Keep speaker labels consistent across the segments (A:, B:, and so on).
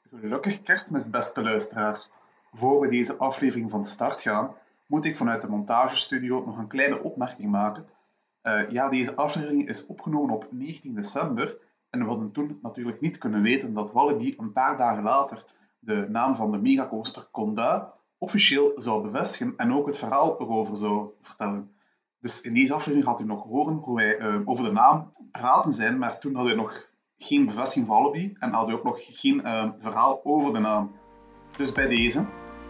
A: Gelukkig kerstmis, beste luisteraars. Voor we deze aflevering van start gaan, moet ik vanuit de montagestudio nog een kleine opmerking maken. Deze aflevering is opgenomen op 19 december en we hadden toen natuurlijk niet kunnen weten dat Walibi een paar dagen later de naam van de megacoaster Conda officieel zou bevestigen en ook het verhaal erover zou vertellen. Dus in deze aflevering gaat u nog horen hoe wij over de naam praten zijn, maar toen hadden we nog geen bevestiging van Walibi en hadden we ook nog geen verhaal over de naam. Dus bij deze.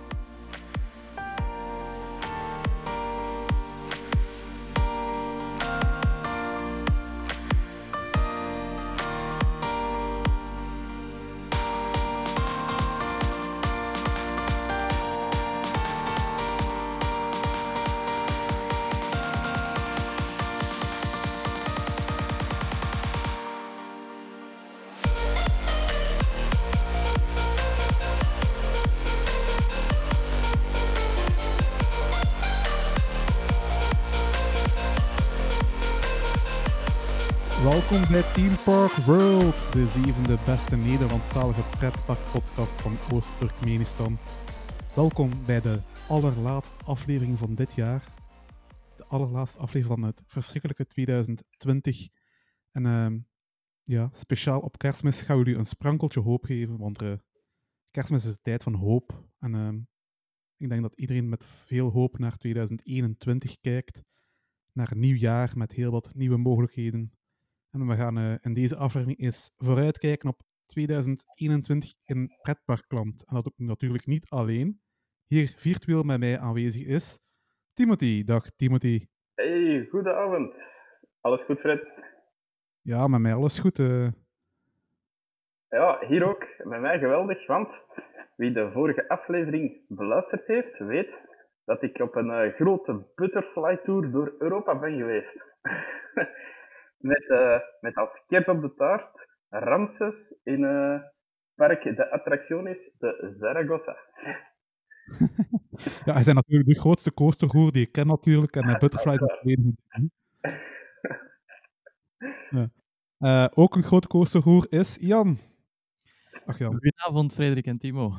B: Welkom bij Theme Park World, de zevende beste Nederlandstalige pretparkpodcast van Oost-Turkmenistan. Welkom bij de allerlaatste aflevering van dit jaar. De allerlaatste aflevering van het verschrikkelijke 2020. En speciaal op kerstmis gaan we jullie een sprankeltje hoop geven, want kerstmis is de tijd van hoop. En ik denk dat iedereen met veel hoop naar 2021 kijkt. Naar een nieuw jaar met heel wat nieuwe mogelijkheden. En we gaan in deze aflevering eens vooruitkijken op 2021 in Pretparkland. En dat ook natuurlijk niet alleen. Hier virtueel met mij aanwezig is Timothy. Dag Timothy.
C: Hey, goedenavond. Alles goed, Fred?
B: Ja, met mij alles goed.
C: Ja, hier ook. Met mij geweldig, want wie de vorige aflevering beluisterd heeft, weet dat ik op een grote butterfly tour door Europa ben geweest. Met als kip op de taart Ramses in park de attractiones de Zaragoza.
B: Ja, hij is natuurlijk de grootste coasterhoer die ik ken natuurlijk. En Butterfly is het ja. Ook een grote coasterhoer is Jan. Ach, Jan.
D: Goedenavond, Frederik en Timo.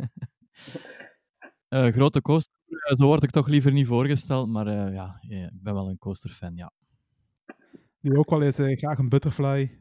D: Grote coaster, zo word ik toch liever niet voorgesteld, maar ik ben wel een coasterfan, ja.
B: Die ook wel eens graag een butterfly.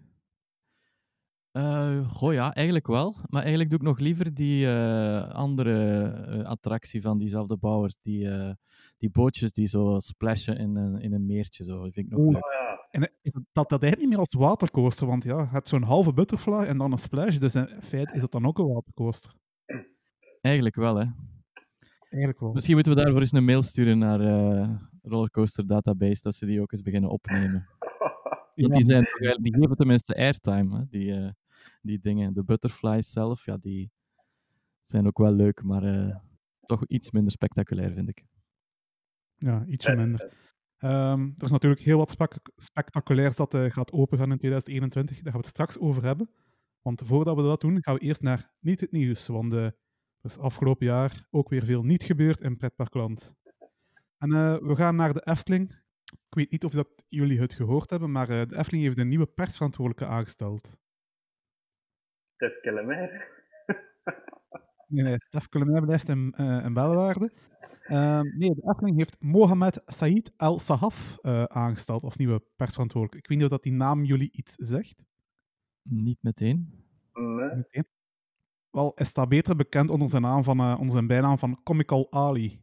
D: Ja, eigenlijk wel. Maar eigenlijk doe ik nog liever die andere attractie van diezelfde bouwer. Die bootjes die zo splashen in een meertje. Zo. Dat vind ik nog leuk.
C: Oh, ja.
B: En dat eigenlijk niet meer als watercoaster, want ja, je hebt zo'n halve butterfly en dan een splash. Dus in feite is dat dan ook een watercoaster.
D: Eigenlijk wel, hè.
B: Eigenlijk wel.
D: Misschien moeten we daarvoor eens een mail sturen naar Rollercoaster Database, dat ze die ook eens beginnen opnemen. Want die geven tenminste airtime, hè? Die dingen. De butterflies zelf, ja, die zijn ook wel leuk, maar toch iets minder spectaculair, vind ik.
B: Ja, ietsje minder. Er is natuurlijk heel wat spectaculairs dat gaat opengaan in 2021. Daar gaan we het straks over hebben. Want voordat we dat doen, gaan we eerst naar niet het nieuws. Want er is afgelopen jaar ook weer veel niet gebeurd in pretparkland. En we gaan naar de Efteling. Ik weet niet of dat jullie het gehoord hebben, maar de Efteling heeft een nieuwe persverantwoordelijke aangesteld.
C: Stef Kellemer.
B: Nee, Stef Kellemer blijft in Bellewaarde. De Efteling heeft Mohamed Said El Sahaf aangesteld als nieuwe persverantwoordelijke. Ik weet niet of dat die naam jullie iets zegt.
D: Niet meteen.
C: Nee.
B: Wel, is dat beter bekend onder zijn bijnaam van Comical Ali.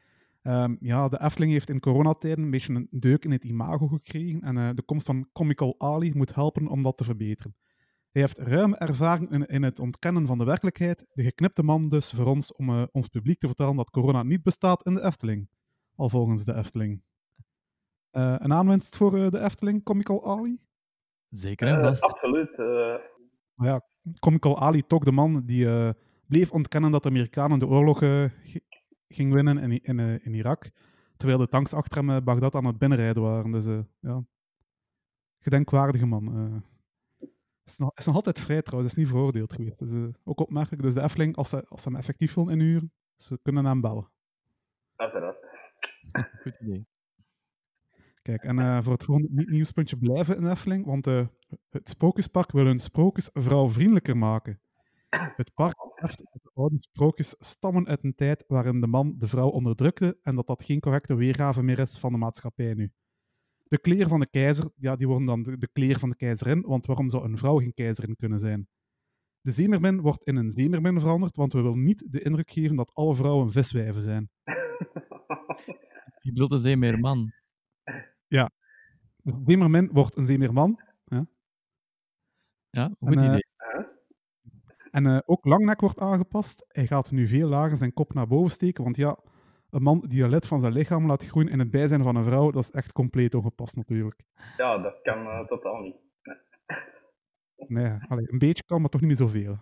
B: De Efteling heeft in coronatijden een beetje een deuk in het imago gekregen en de komst van Comical Ali moet helpen om dat te verbeteren. Hij heeft ruime ervaring in het ontkennen van de werkelijkheid, de geknipte man dus voor ons om ons publiek te vertellen dat corona niet bestaat in de Efteling. Al volgens de Efteling. Een aanwinst voor de Efteling, Comical Ali?
D: Zeker en vast.
C: Absoluut.
B: Maar ja, Comical Ali, toch de man die bleef ontkennen dat de Amerikanen de oorlog ging winnen in Irak, terwijl de tanks achter hem Bagdad aan het binnenrijden waren. Dus gedenkwaardige man. Is nog altijd vrij trouwens, is niet veroordeeld geweest. Dus ook opmerkelijk. Dus de Efteling, als ze hem effectief willen inhuren, ze kunnen hem bellen.
C: Uiteraard.
D: Goed idee.
B: Kijk, en voor het volgende niet-nieuwspuntje blijven in de Efteling, want het Sprookjespark wil hun sprookjes vrouwvriendelijker maken. Het park beseft dat de oude sprookjes stammen uit een tijd waarin de man de vrouw onderdrukte en dat geen correcte weergave meer is van de maatschappij nu. De kleren van de keizer, ja, die worden dan de kleren van de keizerin, want waarom zou een vrouw geen keizerin kunnen zijn? De zeemermin wordt in een zeemermin veranderd, want we willen niet de indruk geven dat alle vrouwen viswijven zijn.
D: Je bedoelt de zeemeerman.
B: De zeemermin wordt een zeemeerman. Ja.
D: Ja, goed
B: En,
D: idee.
B: Ook Langnek wordt aangepast. Hij gaat nu veel lager zijn kop naar boven steken, want ja, een man die een lid van zijn lichaam laat groeien in het bijzijn van een vrouw, dat is echt compleet ongepast natuurlijk.
C: Ja, dat kan totaal niet.
B: Nee, een beetje kan, maar toch niet meer zoveel.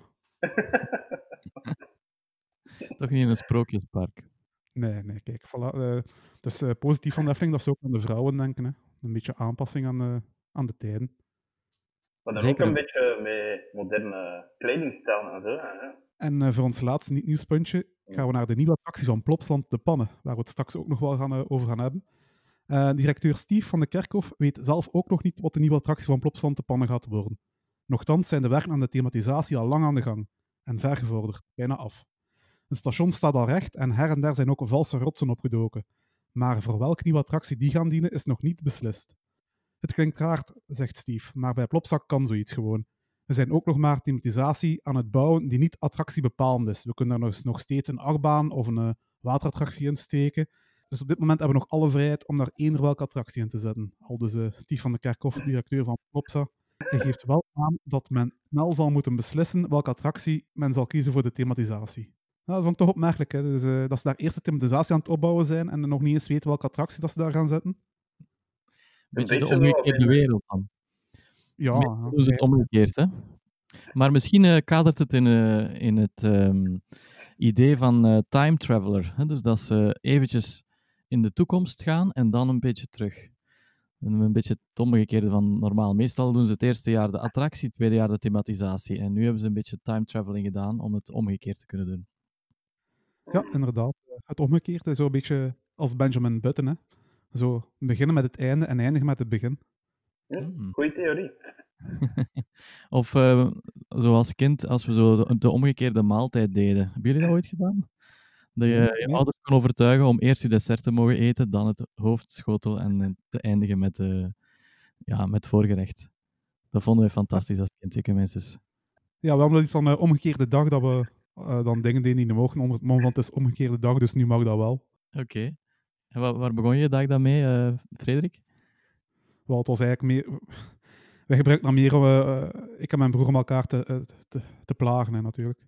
D: Toch niet in een sprookjespark.
B: Nee, kijk. Voilà, dus positief van de Efteling dat ze ook aan de vrouwen denken. Hè. Een beetje aanpassing aan de tijden.
C: Maar dan
D: Zeker.
C: ook een beetje met moderne kledingstijl en zo. Hè?
B: En voor ons laatste niet-nieuwspuntje gaan we naar de nieuwe attractie van Plopsland, de Pannen, waar we het straks ook nog wel over gaan hebben. Directeur Steve van de Kerkhof weet zelf ook nog niet wat de nieuwe attractie van Plopsland, de Pannen gaat worden. Nochtans zijn de werken aan de thematisatie al lang aan de gang en vergevorderd, bijna af. Het station staat al recht en her en der zijn ook valse rotsen opgedoken. Maar voor welke nieuwe attractie die gaan dienen is nog niet beslist. Het klinkt raar, zegt Steve, maar bij Plopsak kan zoiets gewoon. We zijn ook nog maar thematisatie aan het bouwen die niet attractiebepalend is. We kunnen er nog steeds een achtbaan of een waterattractie in steken. Dus op dit moment hebben we nog alle vrijheid om daar eender welke attractie in te zetten. Aldus Steve van de Kerkhof, directeur van Plopsa. Hij geeft wel aan dat men snel zal moeten beslissen welke attractie men zal kiezen voor de thematisatie. Nou, dat vond ik toch opmerkelijk. Hè? Dus, dat ze daar eerst de thematisatie aan het opbouwen zijn en nog niet eens weten welke attractie dat ze daar gaan zetten.
D: Beetje de
C: beetje
D: omgekeerde
C: wel,
D: wereld dan.
B: Ja,
D: Meestal doen ze het omgekeerd, hè. Maar misschien kadert het in het idee van time traveler. Hè? Dus dat ze eventjes in de toekomst gaan en dan een beetje terug. Een beetje het omgekeerde van normaal. Meestal doen ze het eerste jaar de attractie, het tweede jaar de thematisatie. En nu hebben ze een beetje time traveling gedaan om het omgekeerd te kunnen doen.
B: Ja, inderdaad. Het omgekeerde is zo'n beetje als Benjamin Button. Hè. Zo beginnen met het einde en eindigen met het begin.
C: Goeie theorie.
D: Of zoals kind, als we zo de omgekeerde maaltijd deden. Hebben jullie dat ooit gedaan? Dat je je
B: Nee.
D: ouders kon overtuigen om eerst je dessert te mogen eten, dan het hoofdschotel en te eindigen met het voorgerecht. Dat vonden wij fantastisch als kind, zeker mijn zus.
B: Ja, we hadden iets van omgekeerde dag dat we dan dingen deden die niet mogen onder het mom van het is omgekeerde dag, dus nu mag dat wel.
D: Oké. En waar begon je dag dan mee, Frederik?
B: Wel, het was eigenlijk meer... Wij gebruiken dat meer om ik en mijn broer om elkaar te plagen, hè, natuurlijk.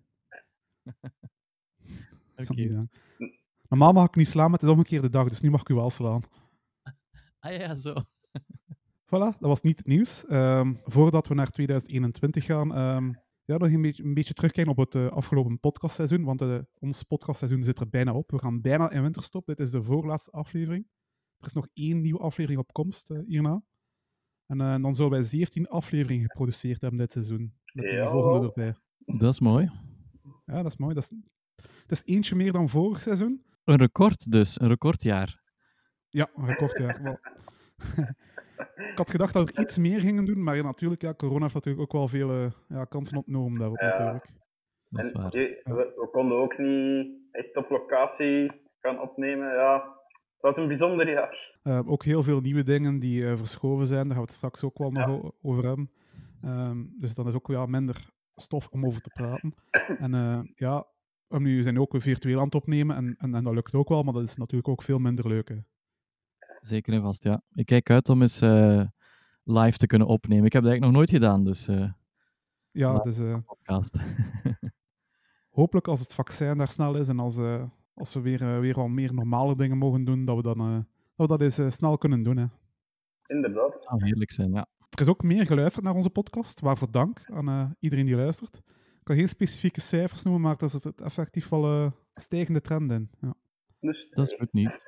D: Oké.
B: Normaal mag ik niet slaan met het omgekeerde dag, dus nu mag ik u wel slaan.
D: Ah ja, zo.
B: Voilà, dat was niet het nieuws. Voordat we naar 2021 gaan, nog een beetje terugkijken op het afgelopen podcastseizoen, want ons podcastseizoen zit er bijna op. We gaan bijna in winterstop. Dit is de voorlaatste aflevering. Er is nog 1 nieuwe aflevering op komst hierna. En dan zullen wij 17 afleveringen geproduceerd hebben dit seizoen. Met de volgende erbij.
D: Dat is mooi.
B: Ja, dat is mooi. Het is eentje meer dan vorig seizoen.
D: Een record dus, een recordjaar.
B: Ja, een recordjaar. Wel. Ik had gedacht dat we iets meer gingen doen, maar ja, natuurlijk, ja, corona heeft natuurlijk ook wel veel kansen ontnomen daarop natuurlijk.
D: Dat is
C: En
D: waar.
C: we konden ook niet echt op locatie gaan opnemen. Ja, het was een bijzonder jaar.
B: Ook heel veel nieuwe dingen die verschoven zijn, daar gaan we het straks ook wel nog over hebben. Dus dan is ook minder stof om over te praten. En we zijn ook weer virtueel aan het opnemen en dat lukt ook wel, maar dat is natuurlijk ook veel minder leuk. Hè.
D: Zeker en vast, ja. Ik kijk uit om eens live te kunnen opnemen. Ik heb dat eigenlijk nog nooit gedaan, dus...
B: Dus
D: podcast.
B: hopelijk als het vaccin daar snel is en als we weer wat meer normale dingen mogen doen, dat we dat eens snel kunnen doen. Hè.
C: Inderdaad.
D: Dat zou heerlijk zijn, ja.
B: Er is ook meer geluisterd naar onze podcast, waarvoor dank aan iedereen die luistert. Ik kan geen specifieke cijfers noemen, maar er zit effectief wel een stijgende trend in. Ja.
C: Dus,
D: Dat is goed nieuws.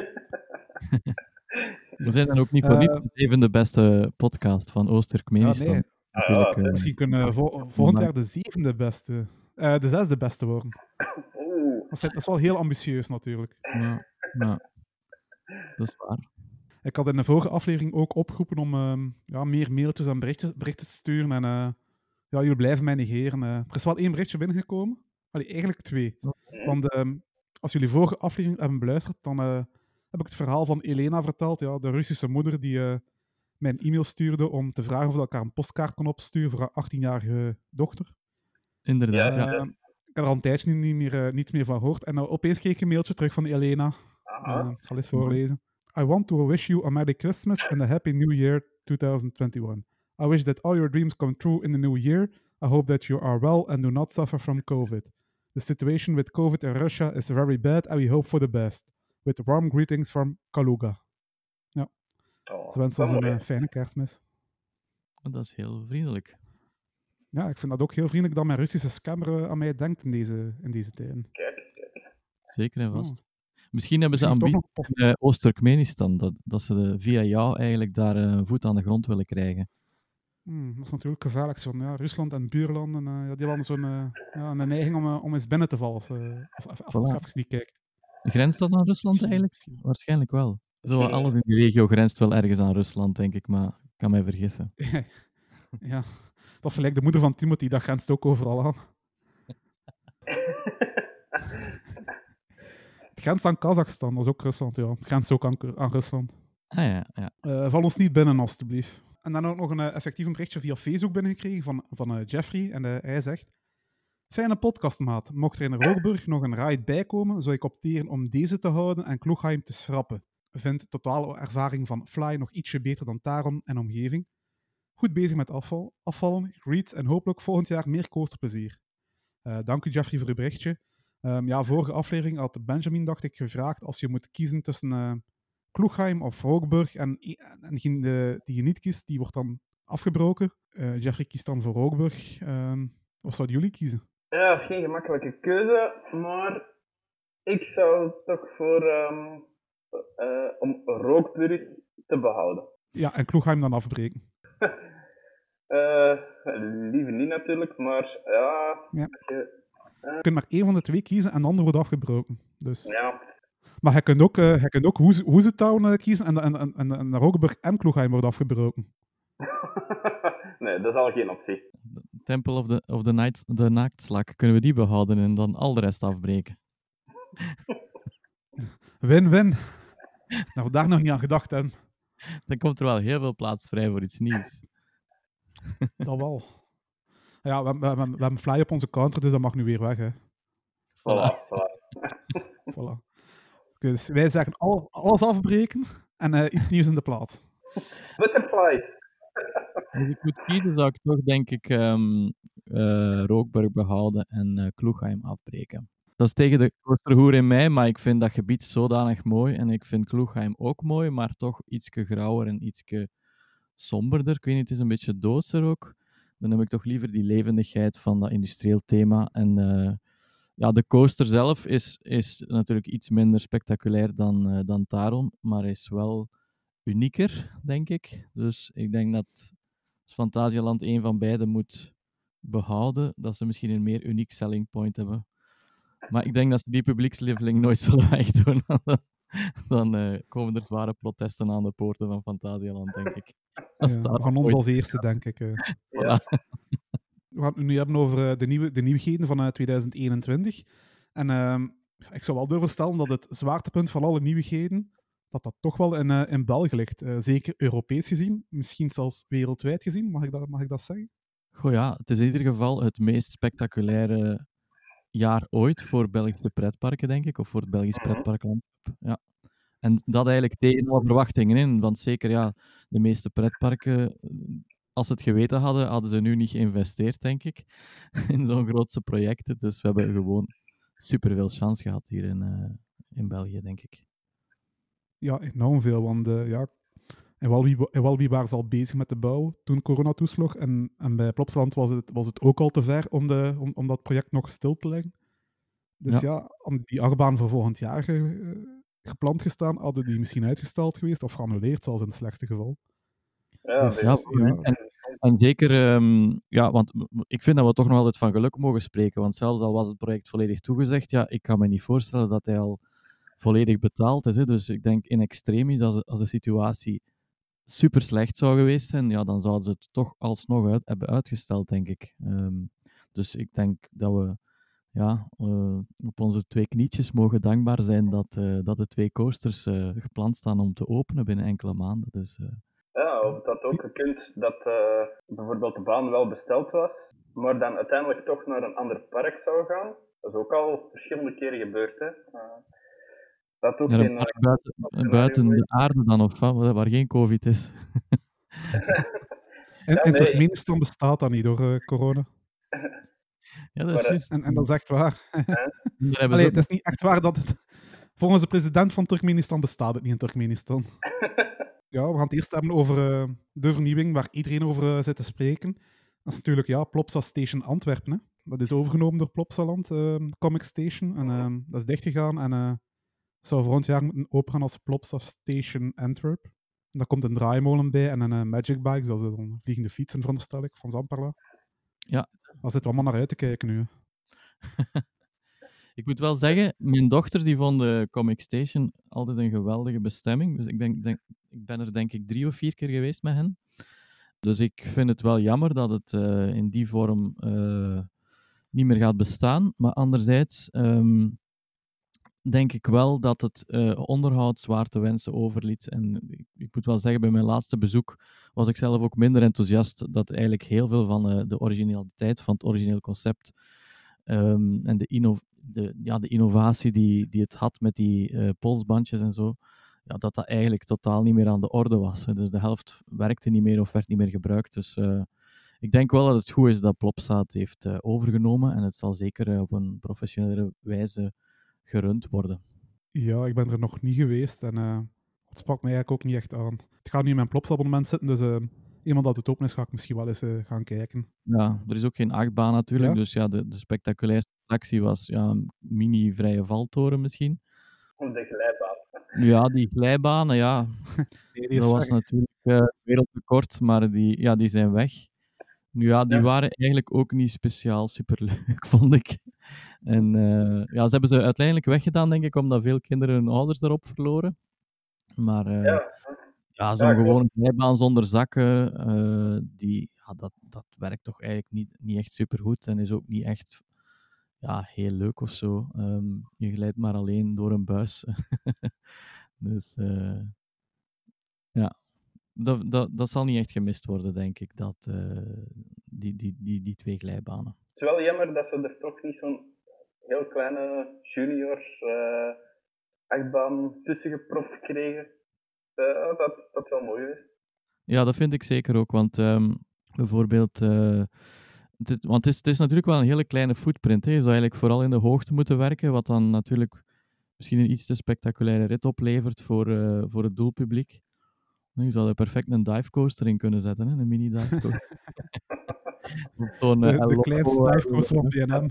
D: We zijn dan ook niet voor niet de 7e beste podcast van Oost-Turkmenistan.
B: Nee.
D: Natuurlijk,
B: Misschien kunnen we volgend jaar de 7e beste, de 6e beste worden. Dat is wel heel ambitieus natuurlijk.
D: Ja, dat is waar.
B: Ik had in de vorige aflevering ook opgeroepen om meer mailtjes en berichten te sturen. En Ja, jullie blijven mij negeren. Er is wel 1 berichtje binnengekomen. Allee, eigenlijk 2. Want als jullie vorige aflevering hebben beluisterd, dan heb ik het verhaal van Elena verteld. Ja, de Russische moeder die mij een e-mail stuurde om te vragen of ik haar een postkaart kon opsturen voor haar 18-jarige dochter.
D: Inderdaad, ja.
B: Ik heb er al een tijdje niets meer van gehoord. En nou, opeens kreeg ik een mailtje terug van Elena. Ik zal eens voorlezen. I want to wish you a Merry Christmas and a Happy New Year 2021. I wish that all your dreams come true in the new year. I hope that you are well and do not suffer from COVID. The situation with COVID in Russia is very bad and we hope for the best. With warm greetings from Kaluga. Ja. Ze wensen ons een fijne kerstmis.
D: Dat is heel vriendelijk.
B: Ja, ik vind dat ook heel vriendelijk dat mijn Russische scammer aan mij denkt in deze tijden.
C: Kijk.
D: Zeker en vast. Misschien hebben ze ambitie in Oost-Turkmenistan, dat ze via jou eigenlijk daar een voet aan de grond willen krijgen.
B: Dat is natuurlijk gevaarlijk. Rusland en buurlanden, die hebben zo'n een neiging om eens binnen te vallen als je even niet kijkt.
D: Grenst dat aan Rusland eigenlijk? Waarschijnlijk wel. Zo, alles in die regio grenst wel ergens aan Rusland, denk ik, maar ik kan mij vergissen.
B: Ja, dat is gelijk de moeder van Timothy, dat grenst ook overal aan. Het grenst aan Kazachstan, dat is ook Rusland, ja. Het grenst ook aan Rusland.
D: Ja.
B: Val ons niet binnen, alstublieft. En dan ook nog een effectief berichtje via Facebook binnengekregen van Jeffrey. En hij zegt: fijne podcastmaat. Mocht er in Rookburg nog een ride bijkomen, zou ik opteren om deze te houden en Kloegheim te schrappen. Vind totale ervaring van Fly nog ietsje beter dan Taron en omgeving. Goed bezig met afvallen, reads en hopelijk volgend jaar meer coasterplezier. Dank u Jeffrey voor uw berichtje. Vorige aflevering had Benjamin, dacht ik, gevraagd als je moet kiezen tussen Kloegheim of Rookburg en degene die je niet kiest, die wordt dan afgebroken. Jeffrey kiest dan voor Rookburg. Of zouden jullie kiezen?
C: Ja, dat is geen gemakkelijke keuze, maar ik zou toch voor om Rookburg te behouden.
B: Ja, en Kloegheim dan afbreken.
C: Liever niet natuurlijk, maar ja.
B: Je kunt maar 1 van de 2 kiezen en de andere wordt afgebroken. Dus.
C: Ja.
B: Maar je kunt ook Hoezetown kiezen en Rookburg en Kloegheim wordt afgebroken.
C: Nee, dat is al geen optie.
D: Temple of the Naaktslak, kunnen we die behouden en dan al de rest afbreken?
B: Win-win. Nou, we daar nog niet aan gedacht hebben.
D: Dan komt er wel heel veel plaats vrij voor iets nieuws.
B: Dat wel. Ja, we hebben Fly op onze counter, dus dat mag nu weer weg, hè. Voilà. Okay, dus wij zeggen alles afbreken en iets nieuws in de plaats.
C: Butterflies.
D: Als ik moet kiezen, zou ik toch denk ik Rookburg behouden en Kloegheim afbreken. Dat is tegen de coasterhoer in mij, maar ik vind dat gebied zodanig mooi en ik vind Kloegheim ook mooi, maar toch ietsje grauwer en ietsje somberder. Ik weet niet, het is een beetje doodser ook. Dan heb ik toch liever die levendigheid van dat industrieel thema. En de coaster zelf is natuurlijk iets minder spectaculair dan Taron, maar is wel unieker, denk ik. Dus ik denk dat Fantasialand een van beide moet behouden, dat ze misschien een meer uniek selling point hebben. Maar ik denk dat ze die publiekslieveling nooit zullen wegdoen. Dan komen er zware protesten aan de poorten van Fantasialand, denk ik.
B: Van ons als eerste, denk ik.
C: Ja.
B: We gaan het nu hebben over de nieuwigheden van 2021. En ik zou wel durven stellen dat het zwaartepunt van alle nieuwigheden, dat toch wel in België ligt. Zeker Europees gezien, misschien zelfs wereldwijd gezien. Mag ik dat zeggen?
D: Goh ja, het is in ieder geval het meest spectaculaire jaar ooit voor Belgische pretparken, denk ik. Of voor het Belgisch pretparklandschap. Ja. En dat eigenlijk tegen alle verwachtingen in. Want zeker, ja, de meeste pretparken, als ze het geweten hadden, hadden ze nu niet geïnvesteerd, denk ik, in zo'n grootse projecten. Dus we hebben gewoon superveel chance gehad hier in België, denk ik.
B: Ja, enorm veel. Want in Walibi waren ze al bezig met de bouw toen corona toesloeg. En bij Plopsaland was het ook al te ver om dat project nog stil te leggen. Dus die achtbaan voor volgend jaar gepland gestaan, hadden die misschien uitgesteld geweest of geannuleerd, zelfs in het slechtste geval.
D: En zeker, want ik vind dat we toch nog altijd van geluk mogen spreken, want zelfs al was het project volledig toegezegd, ik kan me niet voorstellen dat hij al volledig betaald is. Hè. Dus ik denk in extremis, als de situatie super slecht zou geweest zijn, ja, dan zouden ze het toch alsnog hebben uitgesteld, denk ik. Dus ik denk dat we op onze 2 knietjes mogen dankbaar zijn dat de 2 coasters gepland staan om te openen binnen enkele maanden. Dus,
C: Ja, of dat ook gekund dat bijvoorbeeld de baan wel besteld was, maar dan uiteindelijk toch naar een ander park zou gaan. Dat is ook al verschillende keren gebeurd, hè. Dat ook
D: ja, een
C: geen
D: park
C: scenario
D: buiten de
C: geweest.
D: aarde dan, of wat, waar geen COVID is.
B: In
C: Ja, nee,
B: Turkmenistan bestaat dat niet door corona.
D: Ja, dat is
C: maar
D: juist.
B: En dat is echt waar.
D: Daar hebben ze
B: Allee,
D: ook
B: het is niet echt waar dat het... Volgens de president van Turkmenistan bestaat het niet in Turkmenistan. Ja, we gaan het eerst hebben over de vernieuwing waar iedereen over zit te spreken. Dat is natuurlijk Plopsa Station Antwerpen. Hè. Dat is overgenomen door Plopsaland, Comic Station. En dat is dichtgegaan en zou volgend jaar moeten opengaan als Plopsa Station Antwerp. En daar komt een draaimolen bij en een Magic Bikes, dat is dan vliegende fietsen, veronderstel ik, van Zamparla.
D: Ja.
B: Daar zitten we allemaal naar uit te kijken nu.
D: Ik moet wel zeggen, mijn dochters die vonden Comic Station altijd een geweldige bestemming. Dus ik ben er denk ik 3 of 4 keer geweest met hen. Dus ik vind het wel jammer dat het in die vorm niet meer gaat bestaan. Maar anderzijds denk ik wel dat het onderhoud zwaar te wensen overliet. En ik moet wel zeggen, bij mijn laatste bezoek was ik zelf ook minder enthousiast dat eigenlijk heel veel van de originaliteit van het origineel concept en de innovatie die het had met die polsbandjes en zo, ja, dat eigenlijk totaal niet meer aan de orde was. Dus de helft werkte niet meer of werd niet meer gebruikt. Dus ik denk wel dat het goed is dat Plopsa het heeft overgenomen en het zal zeker op een professionele wijze gerund worden.
B: Ja, ik ben er nog niet geweest en het sprak mij eigenlijk ook niet echt aan. Het gaat nu in mijn Plopsa-abonnement zitten, dus eenmaal dat het open is, ga ik misschien wel eens gaan kijken.
D: Ja, er is ook geen achtbaan natuurlijk,
B: Ja?
D: dus ja, de spectaculairste attractie was een mini-vrije valtoren misschien.
C: de glijbaan.
D: Ja, die glijbanen, ja,
B: Nee, die is
D: dat was
B: weg.
D: natuurlijk wereldrecord, maar die zijn weg. Nu ja, die
C: Ja.
D: waren eigenlijk ook niet speciaal superleuk, vond ik. En ze hebben ze uiteindelijk weggedaan, denk ik, omdat veel kinderen hun ouders erop verloren. Maar zo'n
C: klopt.
D: gewone glijbaan zonder zakken, dat werkt toch eigenlijk niet echt supergoed en is ook niet echt heel leuk of zo. Je glijdt maar alleen door een buis. Dus dat zal niet echt gemist worden, denk ik, die 2 glijbanen.
C: Het is wel jammer dat ze er toch niet zo'n heel kleine junior achtbaan tussen gepropt kregen. Dat wel mooi is.
D: Ja, dat vind ik zeker ook, want bijvoorbeeld... want het is natuurlijk wel een hele kleine footprint. Hè. Je zou eigenlijk vooral in de hoogte moeten werken, wat dan natuurlijk misschien een iets te spectaculaire rit oplevert voor het doelpubliek. Je zou er perfect een divecoaster in kunnen zetten, hè? Een mini-divecoaster.
B: De kleinste divecoaster van P&M.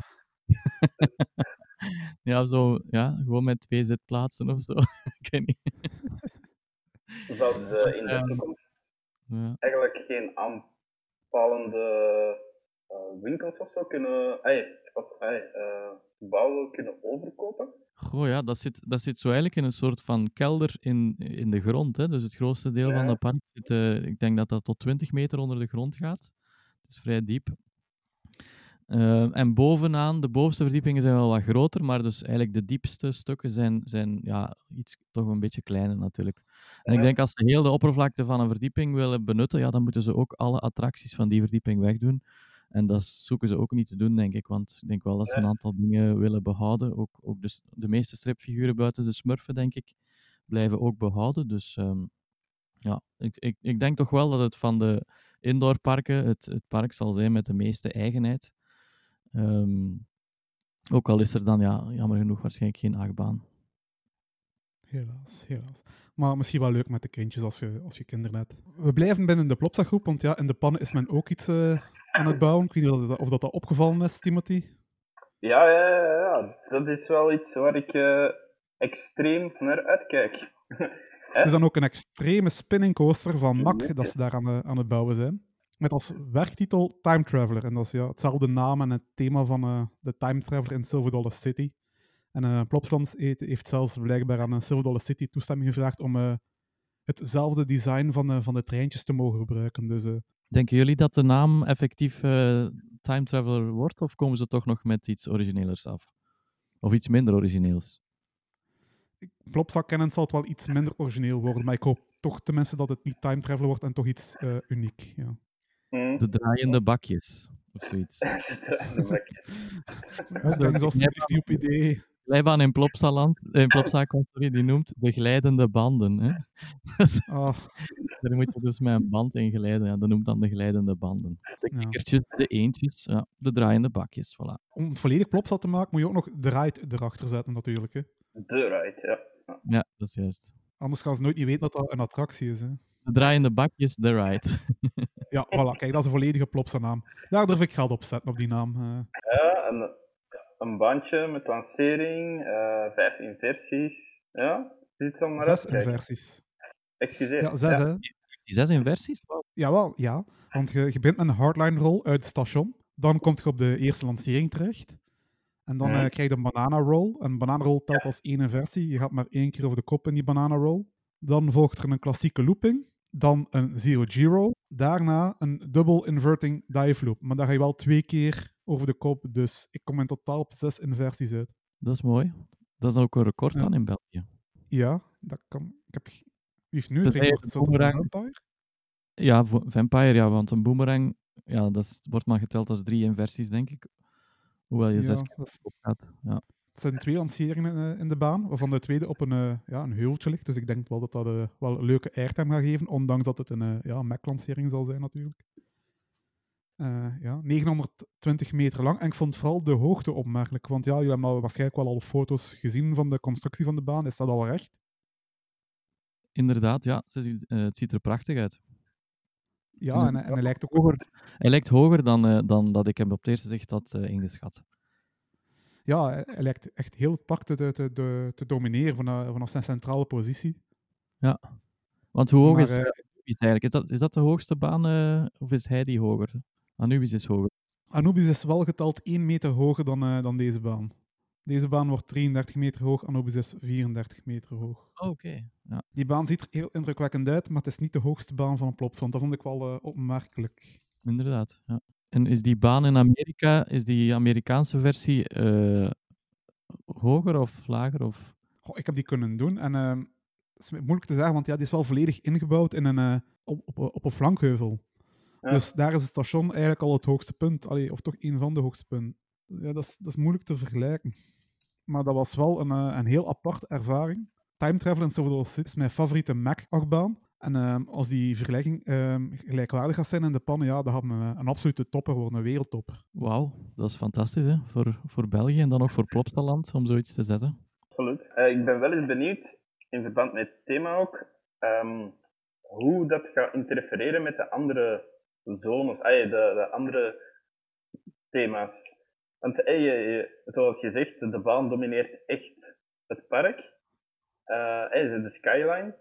D: Gewoon met 2 zitplaatsen of zo. Ik weet niet.
C: Zouden ze in de toekomst eigenlijk geen aanpalende winkels of zo kunnen bouwen, kunnen overkopen?
D: Goh, ja, dat zit zo eigenlijk in een soort van kelder in de grond. Hè? Dus het grootste deel van het park zit, ik denk dat tot 20 meter onder de grond gaat. Het is vrij diep. En bovenaan, de bovenste verdiepingen zijn wel wat groter, maar dus eigenlijk de diepste stukken zijn iets toch een beetje kleiner natuurlijk. En ik denk als ze heel de oppervlakte van een verdieping willen benutten, dan moeten ze ook alle attracties van die verdieping wegdoen. En dat zoeken ze ook niet te doen, denk ik, want ik denk wel dat ze een aantal dingen willen behouden. Ook dus de meeste stripfiguren buiten de Smurfen, denk ik, blijven ook behouden. Dus ik denk toch wel dat het van de indoorparken het park zal zijn met de meeste eigenheid. Ook al is er dan jammer genoeg waarschijnlijk geen achtbaan.
B: Helaas. Maar misschien wel leuk met de kindjes als je kinderen hebt. We blijven binnen de Plopsa-groep, want in de pannen is men ook iets aan het bouwen. Ik weet niet of dat opgevallen is, Timothy.
C: Ja. Dat is wel iets waar ik extreem naar uitkijk.
B: Het is dan ook een extreme spinning coaster van MAC dat ze daar aan het bouwen zijn. Met als werktitel Time Traveler. En dat is hetzelfde naam en het thema van de Time Traveler in Silver Dollar City. En Plopsaland heeft zelfs blijkbaar aan Silver Dollar City toestemming gevraagd om hetzelfde design van de treintjes te mogen gebruiken. Dus
D: Denken jullie dat de naam effectief Time Traveler wordt, of komen ze toch nog met iets origineels af? Of iets minder origineels?
B: Plopsa kennend zal het wel iets minder origineel worden, maar ik hoop toch tenminste dat het niet time travel wordt en toch iets uniek. Ja.
D: De draaiende bakjes, of zoiets.
B: Ja, denk ze alsjeblieft niet op idee.
D: Glijbaan in Plopsa, die noemt de glijdende banden. Hè?
B: Ah,
D: Daar moet je dus met een band in glijden. Ja, dat noemt dan de glijdende banden. De
B: ja.
D: kikkertjes, de eentjes, ja, de draaiende bakjes. Voilà.
B: Om het volledig Plopsa te maken, moet je ook nog de ride erachter zetten natuurlijk. Hè.
C: De ride, ja.
D: Ja, dat is juist.
B: Anders gaan ze nooit niet weten dat dat een attractie is. Hè.
D: De draaiende bakjes, de ride.
B: Ja, voilà, kijk, dat is een volledige Plopsa naam. Daar durf ik geld op zetten, op die naam.
C: Ja, een bandje met lancering, 15 versies. Ja, iets om naar
B: 6
C: uit te kijken.
B: inversies.
C: Excuseer.
B: Ja, 6 hè.
D: Die 6 inversies? Wow.
B: Jawel, ja. Want je begint met een hardline roll uit het station. Dan kom je op de eerste lancering terecht. En dan krijg je een banana roll. Een banana roll telt als 1 inversie. Je gaat maar 1 keer over de kop in die banana roll. Dan volgt er een klassieke looping. Dan een zero G-roll. Daarna een double inverting dive loop. Maar daar ga je wel 2 keer over de kop. Dus ik kom in totaal op 6 inversies uit.
D: Dat is mooi. Dat is ook een record dan in België.
B: Ja, dat kan. Wie heeft nu het
D: Tenzij
B: record?
D: een
B: Is dat een
D: boomerang-
B: Vampire?
D: Ja, Vampire, ja, want een boomerang, ja, wordt maar geteld als 3 inversies, denk ik. Hoewel je
B: Ja,
D: 6 keer
B: dat is-
D: op gaat. Ja.
B: Het zijn 2 lanceringen in de baan, waarvan de tweede op een heuveltje ligt. Dus ik denk wel dat dat wel een leuke airtime gaat geven, ondanks dat het een Mac-lancering zal zijn natuurlijk. 920 meter lang. En ik vond vooral de hoogte opmerkelijk, want ja, jullie hebben al waarschijnlijk wel al foto's gezien van de constructie van de baan. Is dat al recht?
D: Inderdaad, ja, het ziet er prachtig uit.
B: Ja, en hij lijkt ook...
D: Hij lijkt hoger dan dat ik hem op het eerste zicht had ingeschat.
B: Ja, hij lijkt echt heel het park te domineren vanaf zijn centrale positie.
D: Ja, want hoe hoog
B: Maar,
D: is Anubis eigenlijk? Is dat de hoogste baan, of is hij die hoger? Anubis is hoger.
B: Anubis is wel geteld 1 meter hoger dan deze baan. Deze baan wordt 33 meter hoog, Anubis is 34 meter hoog.
D: Oh, oké. Ja.
B: Die baan ziet er heel indrukwekkend uit, maar het is niet de hoogste baan van een Plopsa. Dat vond ik wel opmerkelijk.
D: Inderdaad, ja. En is die baan in Amerika, is die Amerikaanse versie hoger of lager? Of...
B: Goh, ik heb die kunnen doen en het is moeilijk te zeggen, want ja, die is wel volledig ingebouwd in op een flankheuvel.
C: Ja.
B: Dus daar is het station eigenlijk al het hoogste punt. Allee, of toch een van de hoogste punten. Ja, dat is moeilijk te vergelijken. Maar dat was wel een heel aparte ervaring. Time Travel in Silver City is mijn favoriete Mac-achtbaan. En als die vergelijking gelijkwaardig gaat zijn in de pannen, ja, dan gaat een absolute topper worden, een wereldtopper.
D: Wauw, dat is fantastisch hè? Voor België en dan ook voor Plopsaland om zoiets te zetten.
C: Absoluut. Ik ben wel eens benieuwd, in verband met het thema ook, hoe dat gaat interfereren met de andere zones, de andere thema's. Want zoals je zegt, de baan domineert echt het park, de skyline.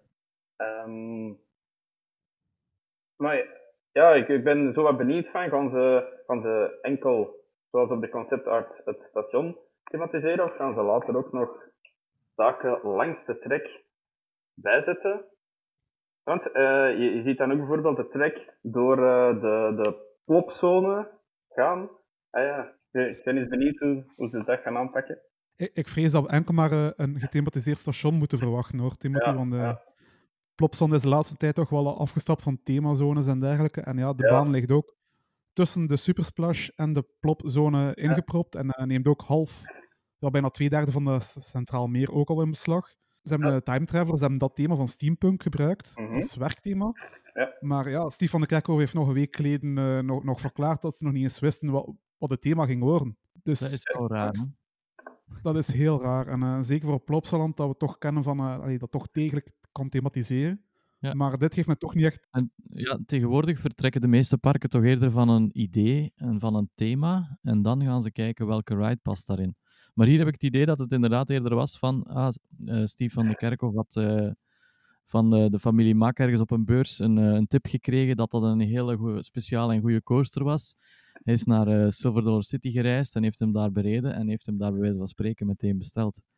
C: Maar ja, ik ben zo wat benieuwd van, gaan ze enkel, zoals op de concept art, het station thematiseren, of gaan ze later ook nog zaken langs de trek bijzetten? Want je ziet dan ook bijvoorbeeld de trek door de plopzone gaan. Ik ben eens benieuwd hoe ze dat gaan aanpakken.
B: Ik vrees dat we enkel maar een gethematiseerd station moeten verwachten, hoor, Timothy.
C: Ja,
B: want
C: ja.
B: Plopsaland is de laatste tijd toch wel afgestapt van themazones en dergelijke. En ja, de baan ligt ook tussen de Supersplash en de plopzone ingepropt. En neemt ook bijna 2/3 van de Centraal Meer ook al in beslag. Ze hebben de Time Travelers, ze hebben dat thema van Steampunk gebruikt. Dat is werkthema.
C: Ja.
B: Maar ja, Steve van de Kerkhof heeft nog een week geleden nog verklaard dat ze nog niet eens wisten wat het thema ging worden. Dus
D: Dat is wel raar. Hè?
B: dat is heel raar. En zeker voor Plopsaland, dat we toch kennen van dat toch degelijk kan thematiseren.
D: Ja.
B: Maar dit geeft me toch niet echt...
D: En ja, tegenwoordig vertrekken de meeste parken toch eerder van een idee en van een thema. En dan gaan ze kijken welke ride past daarin. Maar hier heb ik het idee dat het inderdaad eerder was van... Steve van de Kerkhof had van de familie Mak ergens op een beurs een tip gekregen dat een hele speciale en goede coaster was. Hij is naar Silver Dollar City gereisd en heeft hem daar bereden en heeft hem daar bij wijze van spreken meteen besteld.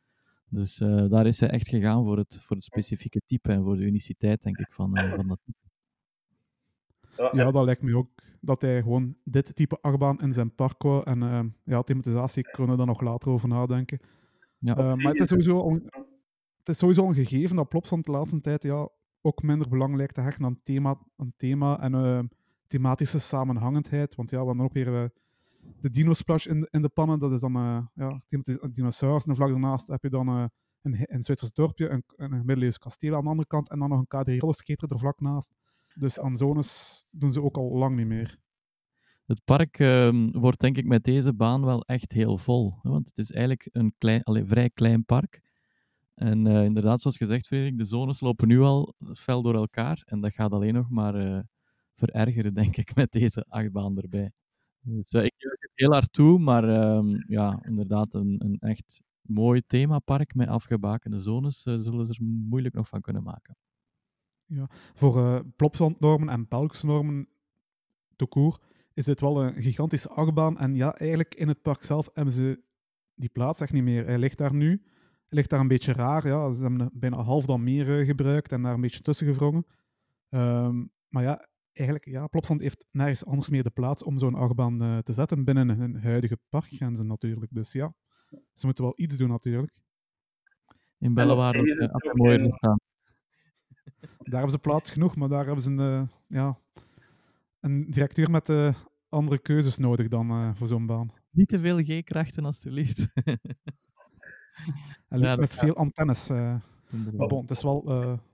D: Dus daar is hij echt gegaan voor het specifieke type en voor de uniciteit, denk ik, van dat type.
B: Ja, dat lijkt me ook dat hij gewoon dit type achtbaan in zijn park wou. En thematisatie kunnen we daar nog later over nadenken.
D: Ja.
B: Maar het is sowieso al een gegeven dat Plopsaland de laatste tijd ook minder belang lijkt te hechten aan thema en thematische samenhangendheid. Want ja, we hebben ook weer de Dino-splash in de pannen. Dat is dan dinosaurus. En vlak daarnaast heb je dan een Zwitsers dorpje, een middeleeuws kasteel aan de andere kant en dan nog een K3-rollerskater er vlak naast. Dus aan zones doen ze ook al lang niet meer.
D: Het park wordt denk ik met deze baan wel echt heel vol. Hè? Want het is eigenlijk een vrij klein park. En inderdaad, zoals gezegd, Frederik, de zones lopen nu al fel door elkaar. En dat gaat alleen nog maar verergeren, denk ik, met deze achtbaan erbij. Dus ik juich het heel hard toe, maar inderdaad, een echt mooi themapark met afgebakende zones zullen ze er moeilijk nog van kunnen maken.
B: Ja, voor Plopsalandnormen en Pelksnormen tout court is dit wel een gigantische achtbaan. En ja, eigenlijk in het park zelf hebben ze die plaats echt niet meer. Hij ligt daar nu. Hij ligt daar een beetje raar. Ja. Ze hebben bijna half dan meer gebruikt en daar een beetje tussen gevrongen. Maar ja, eigenlijk, Plopsaland heeft nergens anders meer de plaats om zo'n achtbaan te zetten binnen hun huidige parkgrenzen natuurlijk. Dus ja, ze moeten wel iets doen natuurlijk.
D: In Bellewaarde had hij mooier staan.
B: Daar hebben ze plaats genoeg, maar daar hebben ze een directeur met andere keuzes nodig dan voor zo'n baan.
D: Niet te veel G-krachten, alstublieft.
B: En liefst met veel antennes. Bon, het is wel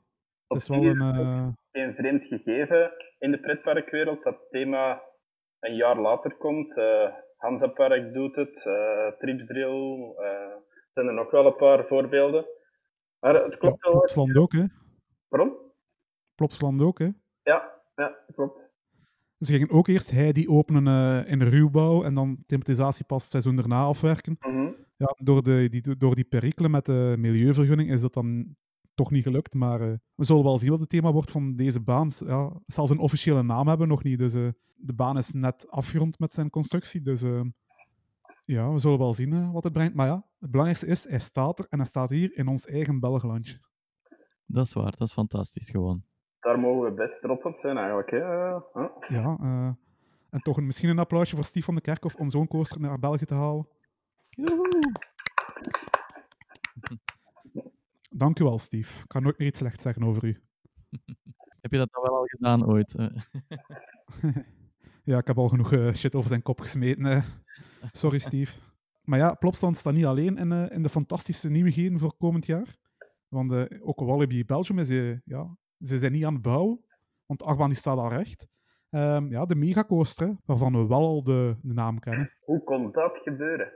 C: een vreemd gegeven in de pretparkwereld dat het thema een jaar later komt. Hansapark doet het, Tripsdrill, zijn er nog wel een paar voorbeelden. Maar het klopt wel.
B: Plopsaland ook, hè?
C: Waarom?
B: Plopsaland ook, hè?
C: Ja, klopt.
B: Ze gingen ook eerst Heidi openen in ruwbouw en dan thematisatie pas het seizoen daarna afwerken.
C: Mm-hmm.
B: Ja, door die perikelen met de milieuvergunning is dat dan toch niet gelukt, maar we zullen wel zien wat het thema wordt van deze baan. Ja, het zal zijn officiële naam hebben, nog niet. Dus de baan is net afgerond met zijn constructie, dus we zullen wel zien wat het brengt. Maar ja, het belangrijkste is, hij staat er en hij staat hier in ons eigen Belgelandje.
D: Dat is waar, dat is fantastisch gewoon.
C: Daar mogen we best trots op zijn eigenlijk. Hè?
B: Ja, en toch misschien een applausje voor Steve van de Kerkhof om zo'n coaster naar België te halen.
D: Joehoe.
B: Dank u wel, Steve. Ik kan nooit meer iets slechts zeggen over u.
D: Heb je dat dan wel al gedaan ooit?
B: Ja, ik heb al genoeg shit over zijn kop gesmeten. Sorry, Steve. Maar ja, Plopsaland staat niet alleen in de fantastische nieuwigheden voor komend jaar. Want ook Walibi Belgium ze zijn niet aan het bouwen, want de achtbaan die staat al recht. De megacoaster, waarvan we wel al de naam kennen.
C: Hoe kon dat gebeuren?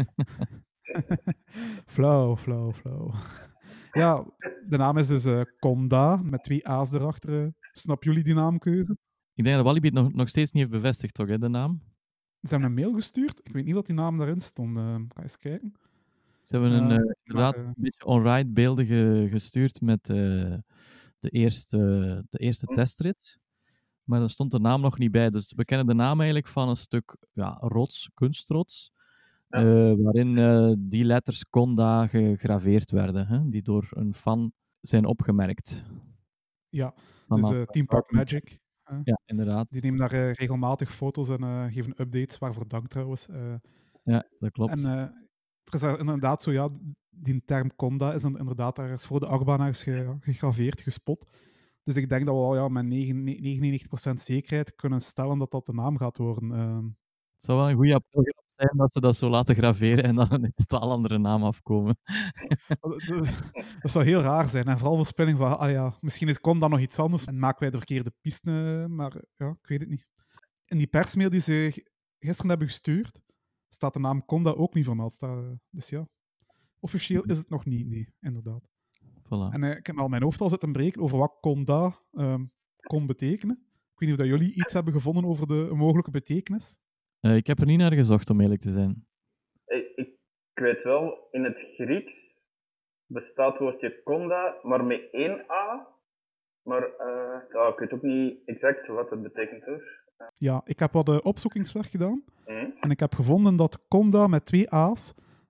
B: Flauw. Ja, de naam is dus Conda, met 2 A's erachter. Snappen jullie die naamkeuze?
D: Ik denk dat Walibi het nog steeds niet heeft bevestigd, toch, hè, de naam?
B: Ze hebben een mail gestuurd. Ik weet niet wat die naam daarin stond. Ga eens kijken.
D: Ze hebben inderdaad een beetje on-ride beelden gestuurd met de eerste testrit. Maar daar stond de naam nog niet bij. Dus we kennen de naam eigenlijk van een stuk rots, kunstrots. Waarin die letters Conda gegraveerd werden. Hè, die door een fan zijn opgemerkt.
B: Ja, dus Team Park Magic.
D: Ja, inderdaad.
B: Die nemen daar regelmatig foto's en geven updates, waarvoor dank trouwens.
D: Ja, dat klopt.
B: En er is daar inderdaad zo, die term Conda is dan inderdaad daar voor de achtbaan ergens gegraveerd, gespot. Dus ik denk dat we al met 99% zekerheid kunnen stellen dat dat de naam gaat worden.
D: Het zou wel een goede appel zijn dat ze dat zo laten graveren en dan een totaal andere naam afkomen.
B: Dat zou heel raar zijn. En vooral voorspelling van, misschien komt dan nog iets anders en maken wij de verkeerde piste, maar ik weet het niet. In die persmail die ze gisteren hebben gestuurd, staat de naam Conda ook niet vermeld. Dus ja, officieel is het nog niet, nee, inderdaad.
D: Voilà.
B: En ik heb al mijn hoofd al zitten breken over wat Conda kon betekenen. Ik weet niet of jullie iets hebben gevonden over de mogelijke betekenis.
D: Ik heb er niet naar gezocht, om eerlijk te zijn.
C: Ik weet wel, in het Grieks bestaat het woordje Conda, maar met 1 A. Maar ik weet ook niet exact wat het betekent, hoor.
B: Ja, ik heb wat opzoekingswerk gedaan. En ik heb gevonden dat Conda met 2 A's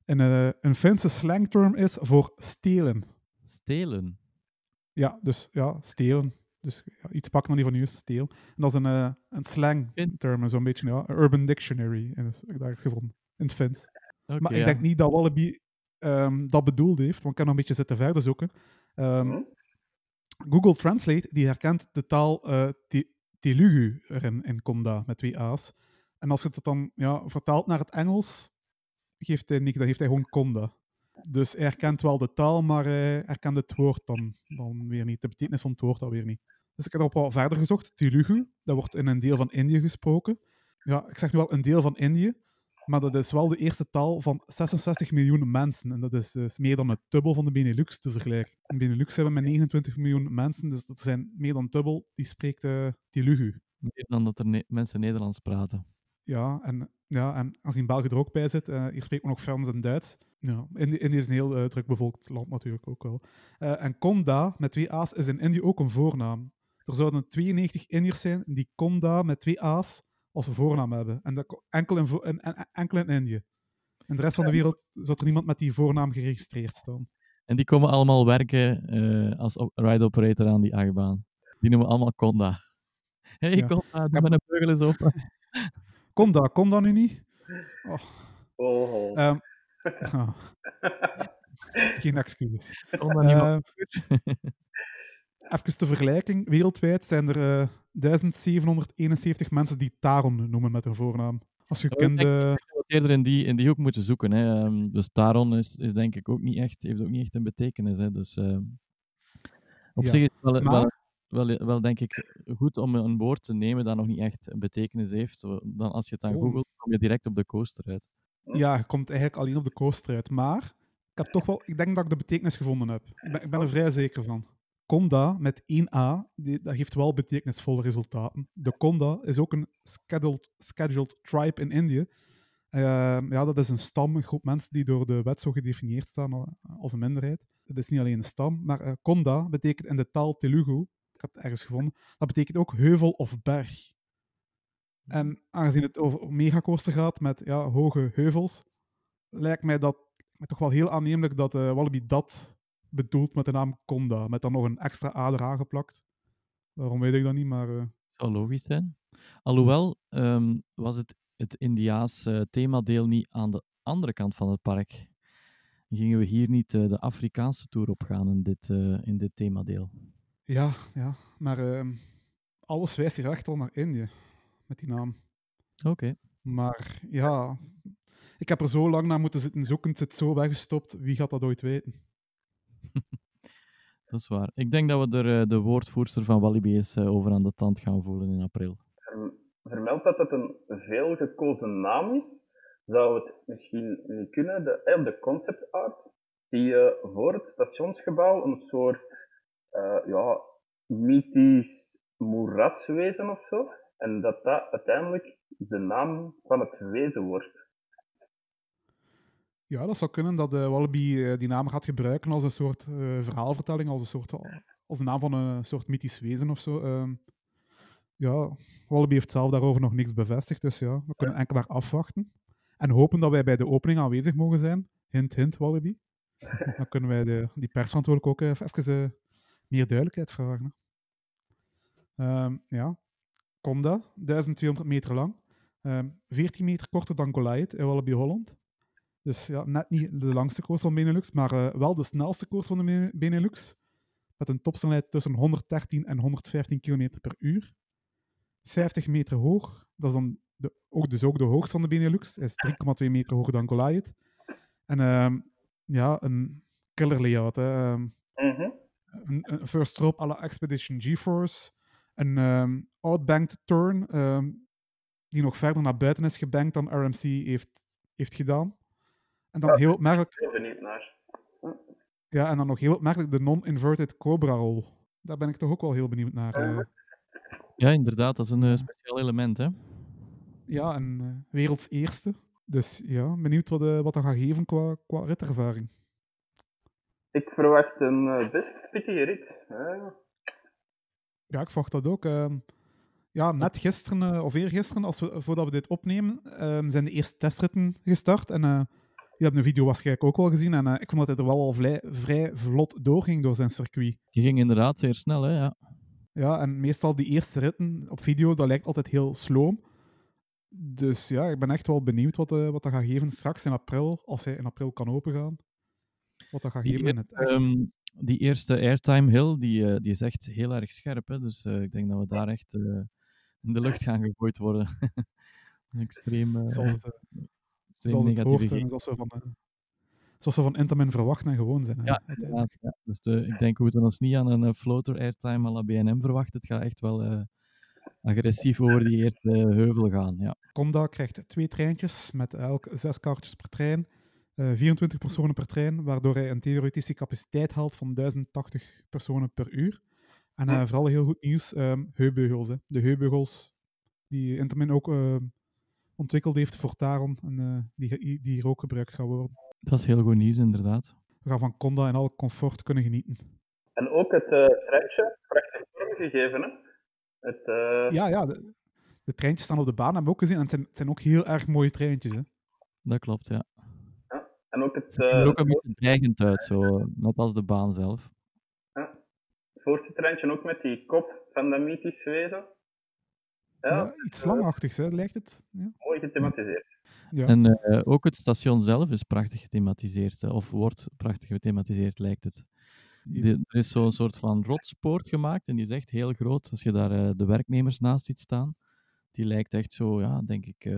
B: En een Finse slangterm is voor stelen.
D: Stelen.
B: Ja, dus ja, stelen. Dus ja, iets pakken dan die van u, stelen. En dat is een slangterm, zo'n beetje, ja, een urban dictionary. En dus, daar is gevonden, in het Fins.
D: Oké,
B: Maar ik
D: ja.
B: denk niet dat Wallaby dat bedoeld heeft, want ik heb nog een beetje zitten verder zoeken. Google Translate die herkent de taal Telugu erin in Konda met 2 A's. En als je het dan vertaalt naar het Engels, geeft hij niks, dan heeft hij gewoon Konda. Dus hij herkent wel de taal, maar hij herkent het woord dan weer niet. De betekenis van het woord alweer niet. Dus ik heb erop wat verder gezocht. Telugu, dat wordt in een deel van Indië gesproken. Ja, ik zeg nu wel een deel van Indië, maar dat is wel de eerste taal van 66 miljoen mensen. En dat is dus meer dan het dubbel van de Benelux te vergelijken. In Benelux hebben we met 29 miljoen mensen, dus dat zijn meer dan dubbel die spreekt Telugu.
D: Meer dan dat er mensen Nederlands praten.
B: Ja, en als in België er ook bij zit, hier spreken we nog Frans en Duits. Ja, Indië is een heel druk bevolkt land natuurlijk ook wel. En Konda met 2 A's is in Indië ook een voornaam. Er zouden 92 Indiërs zijn die Konda met 2 A's als voornaam hebben. En dat enkel in Indië. In de rest van de wereld zou er niemand met die voornaam geregistreerd staan.
D: En die komen allemaal werken als ride operator aan die achtbaan. Die noemen allemaal Konda. Hey,
B: Ja.
D: Konda, doe mijn beugel eens open.
B: Konda nu niet?
C: Oh.
B: Geen excuses.
D: Konda niet meer.
B: Even ter vergelijking, wereldwijd zijn er 1771 mensen die Taron noemen met hun voornaam. Als je kent...
D: Ik denk dat we eerder in die hoek moeten zoeken. Hè. Dus Taron is denk ik ook niet echt, heeft ook niet echt een betekenis. Hè. Dus op zich is het wel denk ik goed om een woord te nemen dat nog niet echt een betekenis heeft. Dan als je het dan googelt, kom je direct op de coaster uit.
B: Ja, je komt eigenlijk alleen op de coaster uit. Maar ik denk dat ik de betekenis gevonden heb. Ik ben er vrij zeker van. Konda met 1 A, dat geeft wel betekenisvolle resultaten. De Konda is ook een scheduled tribe in Indië. Dat is een stam, een groep mensen die door de wet zo gedefinieerd staan als een minderheid. Het is niet alleen een stam, maar Konda betekent in de taal Telugu, ik heb het ergens gevonden, dat betekent ook heuvel of berg. En aangezien het over megacoaster gaat met hoge heuvels, lijkt mij dat toch wel heel aannemelijk dat Wallaby dat bedoelt met de naam Konda, met dan nog een extra A eraan geplakt. Waarom weet ik dat niet, maar...
D: Het zou logisch zijn. Alhoewel was het Indiaas themadeel niet aan de andere kant van het park. Gingen we hier niet de Afrikaanse tour opgaan in dit themadeel?
B: Ja, maar alles wijst hier echt wel naar Indië, met die naam.
D: Oké.
B: Maar ja, ik heb er zo lang naar moeten zitten zoeken, het zit zo weggestopt, wie gaat dat ooit weten?
D: Dat is waar. Ik denk dat we er de woordvoerster van Wallaby eens over aan de tand gaan voelen in april.
C: Vermeld dat het een veel gekozen naam is. Zou het misschien niet kunnen, de concept art, die voor het stationsgebouw een soort mythisch moeraswezen of zo, en dat uiteindelijk de naam van het wezen wordt.
B: Ja, dat zou kunnen dat Wallaby die naam gaat gebruiken als een soort verhaalvertelling, als de naam van een soort mythisch wezen of zo. Wallaby heeft zelf daarover nog niks bevestigd, dus ja, we kunnen enkel maar afwachten. En hopen dat wij bij de opening aanwezig mogen zijn. Hint, hint, Wallaby. Dan kunnen wij die persverantwoordelijk ook even meer duidelijkheid vragen. Konda, 1200 meter lang. 14 meter korter dan Goliath in Wallaby Holland. Dus ja, net niet de langste koers van Benelux, maar wel de snelste koers van de Benelux. Met een topsnelheid tussen 113 en 115 km per uur. 50 meter hoog. Dat is dan dus ook de hoogste van de Benelux. Hij is 3,2 meter hoger dan Goliath. En een killer layout. Een first drop à la Expedition GeForce. Een outbanked turn die nog verder naar buiten is gebankt dan RMC heeft gedaan. En dan heel opmerkelijk...
C: Heel benieuwd naar.
B: Ja, en dan nog heel opmerkelijk de non-inverted Cobra roll. Daar ben ik toch ook wel heel benieuwd naar.
D: Ja, inderdaad. Dat is een speciaal element, hè?
B: Ja, en werelds eerste. Dus ja, benieuwd wat dat gaat geven qua ritervaring.
C: Ik verwacht een best pittige rit.
B: Ja, ik verwacht dat ook. Net gisteren of eergisteren, voordat we dit opnemen, zijn de eerste testritten gestart. En Je hebt een video waarschijnlijk ook wel gezien en ik vond dat hij er wel al vrij vlot doorging door zijn circuit.
D: Je ging inderdaad zeer snel, hè? Ja.
B: Ja, en meestal die eerste ritten op video, dat lijkt altijd heel sloom. Dus ja, ik ben echt wel benieuwd wat dat gaat geven straks in april, als hij in april kan opengaan. Wat dat gaat geven in het echt.
D: Die eerste Airtime Hill, die is echt heel erg scherp. Hè? Dus ik denk dat we daar echt in de lucht gaan gegooid worden. Een extreem
B: Zoals het
D: negatieve
B: hoort
D: geest.
B: en zoals ze van Intamin verwachten en gewoon zijn.
D: Ja, inderdaad. Ja. Dus ik denk, we moeten ons niet aan een floater Airtime à la BNM verwachten. Het gaat echt wel agressief over die eerste heuvel gaan. Ja.
B: Conda krijgt 2 treintjes met elk 6 kaartjes per trein. 24 personen per trein, waardoor hij een theoretische capaciteit haalt van 1080 personen per uur. En vooral heel goed nieuws, heubeugels. Hè. De heubeugels die Intamin ook ontwikkeld heeft voor Taron en die hier ook gebruikt gaan worden.
D: Dat is heel goed nieuws, inderdaad.
B: We gaan van Conda in alle comfort kunnen genieten.
C: En ook het treintje, prachtig vormgegeven, hè?
B: Ja, de treintjes staan op de baan, hebben we ook gezien. En het zijn ook heel erg mooie treintjes. Hè.
D: Dat klopt, ja.
C: Ja. En ook
D: Het ziet er ook een beetje dreigend uit, zo, net als de baan zelf.
C: Ja. Het voorste treintje ook met die kop van dat mythisch wezen.
B: Ja, iets slangachtigs, hè, lijkt het. Ja.
C: Mooi gethematiseerd.
B: Ja.
D: En ook het station zelf is prachtig gethematiseerd, of wordt prachtig gethematiseerd, lijkt het. Er is zo'n soort van rotspoort gemaakt en die is echt heel groot. Als je daar de werknemers naast ziet staan, die lijkt echt zo, ja, denk ik,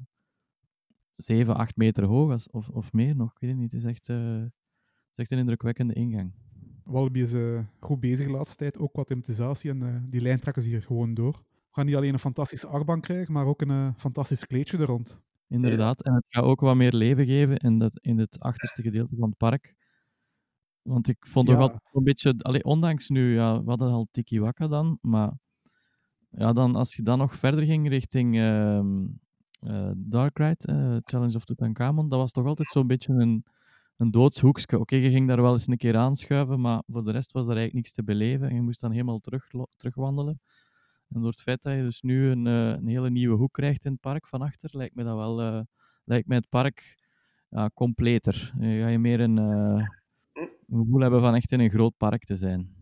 D: 7, 8 meter hoog of meer nog. Ik weet het niet. Het is echt een indrukwekkende ingang.
B: Walibi is goed bezig de laatste tijd, ook qua thematisatie. En die lijn trekken ze hier gewoon door. We gaan niet alleen een fantastische achtbaan krijgen, maar ook een fantastisch kleedje er rond.
D: Inderdaad, en het gaat ook wat meer leven geven in het achterste gedeelte van het park. Want ik vond toch altijd een beetje, ondanks nu, ja, we hadden al Tiki Waka dan, maar ja, dan, als je dan nog verder ging richting Dark Ride, Challenge of Tutankhamon, dat was toch altijd zo'n beetje een doodshoekje. Oké, je ging daar wel eens een keer aanschuiven, maar voor de rest was er eigenlijk niks te beleven en je moest dan helemaal terugwandelen. En door het feit dat je dus nu een hele nieuwe hoek krijgt in het park van achter, lijkt mij het park completer. Ga je meer een gevoel hebben van echt in een groot park te zijn.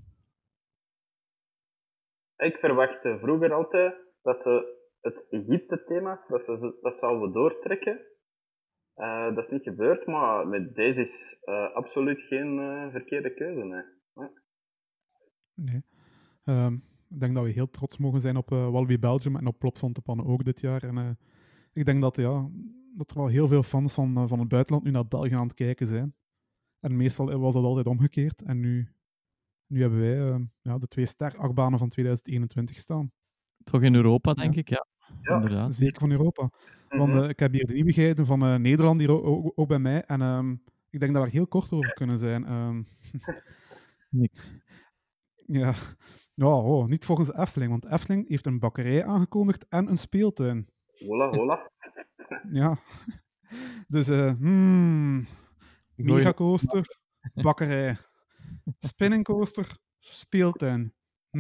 C: Ik verwachtte vroeger altijd dat ze het Egypte-thema, dat zouden doortrekken. Dat is niet gebeurd, maar met deze is absoluut geen verkeerde keuze.
B: Nee. Ik denk dat we heel trots mogen zijn op Walibi Belgium en op Plops van te Pannen ook dit jaar. En ik denk dat er wel heel veel fans van het buitenland nu naar België aan het kijken zijn. En meestal was dat altijd omgekeerd. En nu hebben wij de 2 ster-achtbanen van 2021 staan.
D: Toch in Europa, denk ik, ja. Inderdaad.
B: Zeker van Europa. Want ik heb hier de nieuwigheden van Nederland hier ook bij mij. En ik denk dat we er heel kort over kunnen zijn.
D: Niks.
B: Ja, niet volgens de Efteling, want de Efteling heeft een bakkerij aangekondigd en een speeltuin.
C: Hola.
B: Ja. Dus, megacoaster, bakkerij. Spinningcoaster, speeltuin.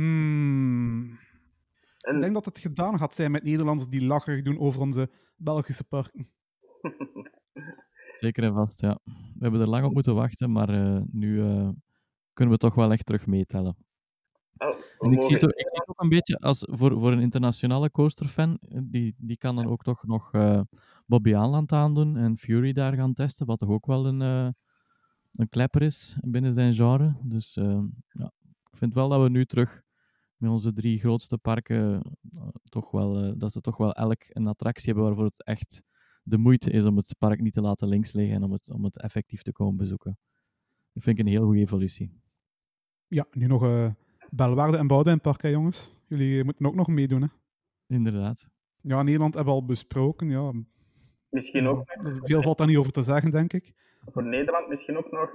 B: Ik denk dat het gedaan gaat zijn met Nederlanders die lacherig doen over onze Belgische parken.
D: Zeker en vast, ja. We hebben er lang op moeten wachten, maar nu kunnen we toch wel echt terug meetellen. En ik zie het ook een beetje als voor een internationale coasterfan, die kan dan ook toch nog Bobby Aanland aandoen en Fury daar gaan testen, wat toch ook wel een klepper is binnen zijn genre. Dus ja, ik vind wel dat we nu terug met onze 3 grootste parken dat ze toch wel elk een attractie hebben waarvoor het echt de moeite is om het park niet te laten links liggen en om het effectief te komen bezoeken. Dat vind ik een heel goede evolutie.
B: Ja, nu nog Belwaarde en Bouwduinpark, hè, jongens. Jullie moeten ook nog meedoen, hè?
D: Inderdaad.
B: Ja, Nederland hebben we al besproken, ja.
C: Misschien ook.
B: Veel valt daar niet over te zeggen, denk ik.
C: Voor Nederland misschien ook nog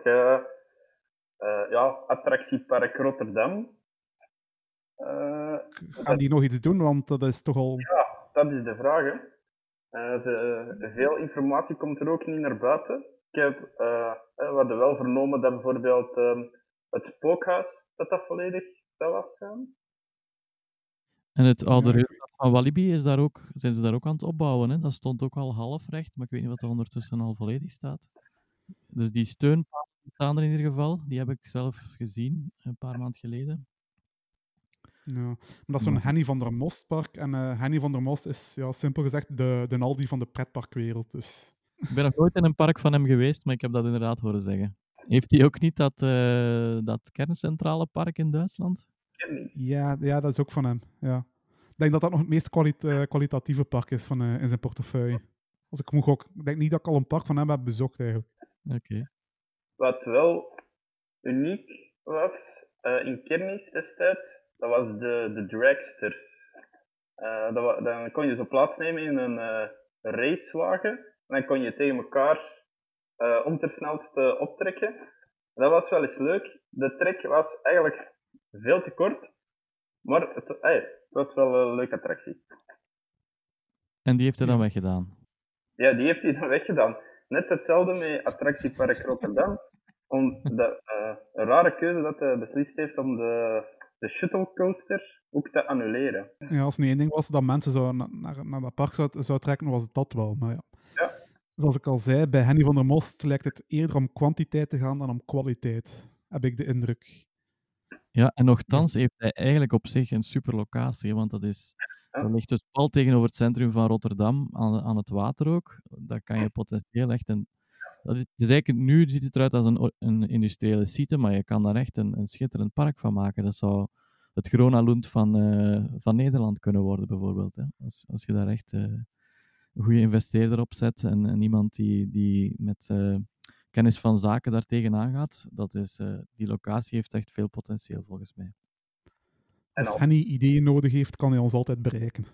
C: attractiepark Rotterdam.
B: Gaan die nog iets doen? Want dat is toch al...
C: Ja, dat is de vraag. Hè. Veel informatie komt er ook niet naar buiten. We hadden wel vernomen dat bijvoorbeeld het spookhuis dat volledig zou afgaan.
D: En het oude reuzenrad van Walibi zijn ze daar ook aan het opbouwen. Hè? Dat stond ook al half recht, maar ik weet niet wat er ondertussen al volledig staat. Dus die steunpalen staan er in ieder geval. Die heb ik zelf gezien, een paar maanden geleden.
B: Ja. Maar dat is zo'n Henny van der Most park. En Henny van der Most is, ja, simpel gezegd, de Aldi van de pretparkwereld. Dus.
D: Ik ben nog nooit in een park van hem geweest, maar ik heb dat inderdaad horen zeggen. Heeft hij ook niet dat kerncentrale park in Duitsland?
B: Ja, dat is ook van hem. Ja. Ik denk dat dat nog het meest kwalitatieve park is van, in zijn portefeuille. Als ik moet gokken. Ik denk niet dat ik al een park van hem heb bezocht, eigenlijk.
D: Oké.
C: Wat wel uniek was in Kermis destijds, dat was de dragster. Dan kon je zo plaatsnemen in een racewagen. En dan kon je tegen elkaar om ter snelste optrekken. Dat was wel eens leuk. De trek was eigenlijk veel te kort. Maar het was wel een leuke attractie.
D: En die heeft hij dan weggedaan?
C: Ja, die heeft hij dan weggedaan. Net hetzelfde met attractiepark Rotterdam. Omdat een rare keuze dat hij beslist heeft om de shuttlecoaster ook te annuleren.
B: Ja, als er nu één ding was dat mensen naar dat park zou trekken, was het dat wel. Maar ja. Zoals ik al zei, bij Henny van der Most lijkt het eerder om kwantiteit te gaan dan om kwaliteit. Heb ik de indruk.
D: Ja, en nochtans heeft hij eigenlijk op zich een super locatie, want dat ligt dus pal tegenover het centrum van Rotterdam, aan het water ook. Daar kan je potentieel echt nu ziet het eruit als een industriële site, maar je kan daar echt een schitterend park van maken. Dat zou het Gronalund van Nederland kunnen worden, bijvoorbeeld. Hè. Als je daar echt een goede investeerder op zet en iemand die met kennis van zaken daar tegenaan gaat, die locatie heeft echt veel potentieel, volgens mij.
B: Als Henny ideeën nodig heeft, kan hij ons altijd bereiken.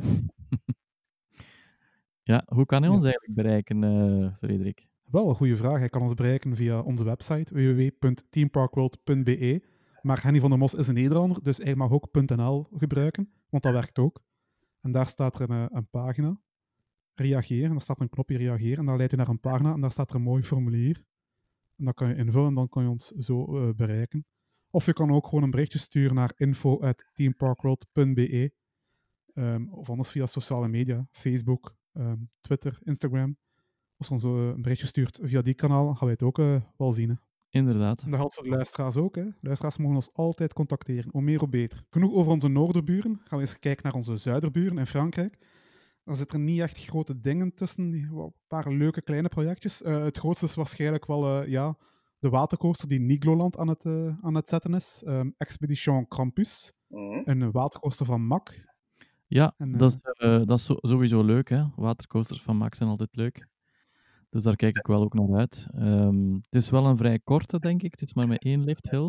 D: Ja, hoe kan hij ons eigenlijk bereiken, Frederik?
B: Wel een goede vraag. Hij kan ons bereiken via onze website www.teamparkworld.be. Maar Henny van der Mos is een Nederlander, dus hij mag ook .nl gebruiken, want dat werkt ook. En daar staat er een pagina, reageren, en daar staat een knopje reageren, en dan leidt hij naar een pagina, en daar staat er een mooi formulier. En dat kan je invullen, en dan kan je ons zo bereiken. Of je kan ook gewoon een berichtje sturen naar info@teamparkworld.be. Of anders via sociale media, Facebook, Twitter, Instagram. Als je ons een berichtje stuurt via die kanaal, gaan wij het ook wel zien. Hè.
D: Inderdaad.
B: En dat geldt voor de luisteraars ook. Hè. Luisteraars mogen ons altijd contacteren, hoe meer hoe beter. Genoeg over onze noorderburen. Gaan we eens kijken naar onze zuiderburen in Frankrijk. Dan zitten er niet echt grote dingen tussen. Een paar leuke kleine projectjes. Het grootste is waarschijnlijk wel de watercoaster die Nigloland aan het zetten is. Expedition Krampus. Een watercoaster van MAC.
D: Ja, dat is sowieso leuk. Hè? Watercoasters van MAC zijn altijd leuk. Dus daar kijk ik wel ook naar uit. Het is wel een vrij korte, denk ik. Het is maar met 1 lifthill.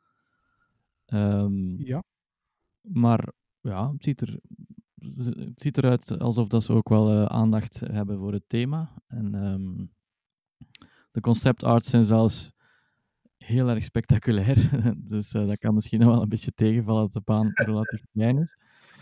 B: Ja.
D: Maar ja, het ziet eruit alsof dat ze ook wel aandacht hebben voor het thema. En de concept arts zijn zelfs heel erg spectaculair. Dus dat kan misschien nog wel een beetje tegenvallen dat de baan relatief klein is.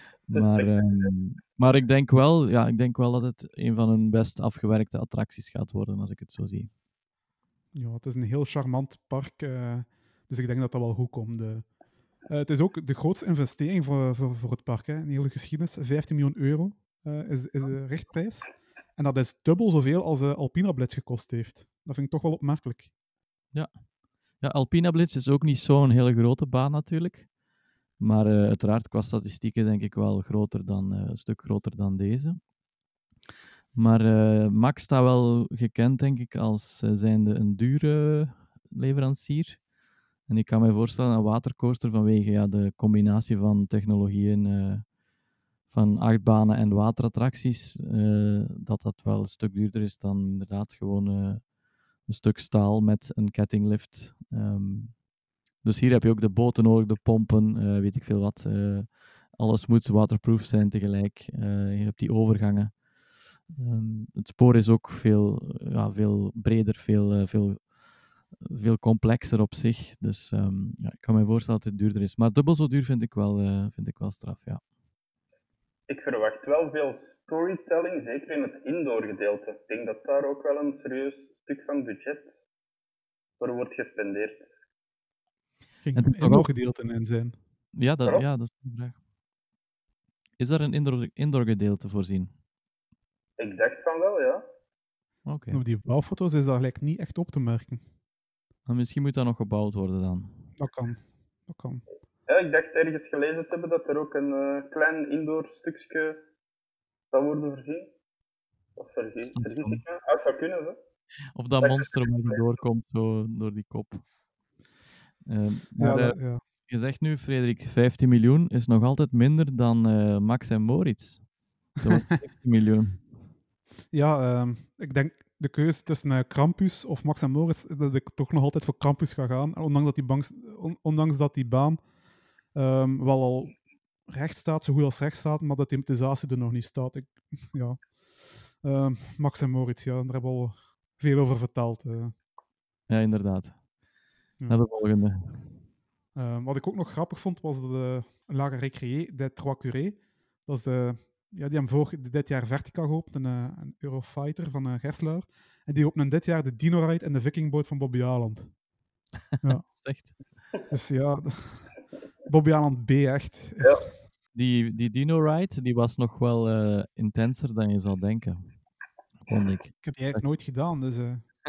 D: Maar ik denk wel dat het een van hun best afgewerkte attracties gaat worden, als ik het zo zie.
B: Ja, het is een heel charmant park. Dus ik denk dat dat wel goed komt. Het is ook de grootste investering voor het park. Hè. In de hele geschiedenis. 15 miljoen euro is de richtprijs. En dat is dubbel zoveel als Alpina Blitz gekost heeft. Dat vind ik toch wel opmerkelijk.
D: Ja, Alpina Blitz is ook niet zo'n hele grote baan natuurlijk. Maar uiteraard qua statistieken denk ik wel een stuk groter dan deze. Maar Max staat wel gekend, denk ik, als zijnde een dure leverancier. En ik kan me voorstellen dat watercoaster vanwege de combinatie van technologieën van achtbanen en waterattracties, dat wel een stuk duurder is dan inderdaad gewoon een stuk staal met een kettinglift. Dus hier heb je ook de boten nodig, de pompen, weet ik veel wat. Alles moet waterproof zijn tegelijk. Je hebt die overgangen. Het spoor is ook veel breder, veel complexer op zich. Dus ik kan me voorstellen dat het duurder is. Maar dubbel zo duur vind ik wel straf, ja.
C: Ik verwacht wel veel storytelling, zeker in het indoor gedeelte. Ik denk dat daar ook wel een serieus stuk van budget voor wordt gespendeerd.
B: Ging er een indoor gedeelte in zijn?
D: Ja, dat is een vraag. Is daar een indoor gedeelte voorzien?
C: Ik dacht van wel, ja.
D: Oké.
B: En op die bouwfoto's is dat gelijk niet echt op te merken.
D: Maar misschien moet dat nog gebouwd worden dan.
B: Dat kan. Dat kan.
C: Ja, ik dacht ergens gelezen te hebben dat er ook een klein indoor stukje zou worden voorzien. Of vergis ik me? Ah, het zou kunnen, hè.
D: Of dat monster maar die doorkomt zo door die kop. Maar
B: Ja.
D: je zegt nu, Frederik, 15 miljoen is nog altijd minder dan Max en Moritz. Dat was 16 miljoen.
B: Ja, ik denk de keuze tussen Krampus of Max en Moritz, dat ik toch nog altijd voor Krampus ga gaan. Ondanks dat die baan wel al recht staat, zo goed als recht staat, maar dat de thematisatie er nog niet staat. Ja. Max en Moritz, ja, daar hebben we al veel over verteld.
D: Ja, inderdaad.
B: Ja.
D: Naar de volgende.
B: Wat ik ook nog grappig vond, was de Laga Récréé de Trois Curés. Dat is die hebben dit jaar Vertica geopend, een Eurofighter van Gerselaar. En die openen dit jaar de Dino Ride en de Vikingboot van Bobby Aland. Ja.
D: Echt?
B: Dus ja, Bobby Aland B echt.
C: Ja.
D: Die Dino Ride die was nog wel intenser dan je zou denken, vond ik.
B: Ik heb die eigenlijk nooit gedaan, dus...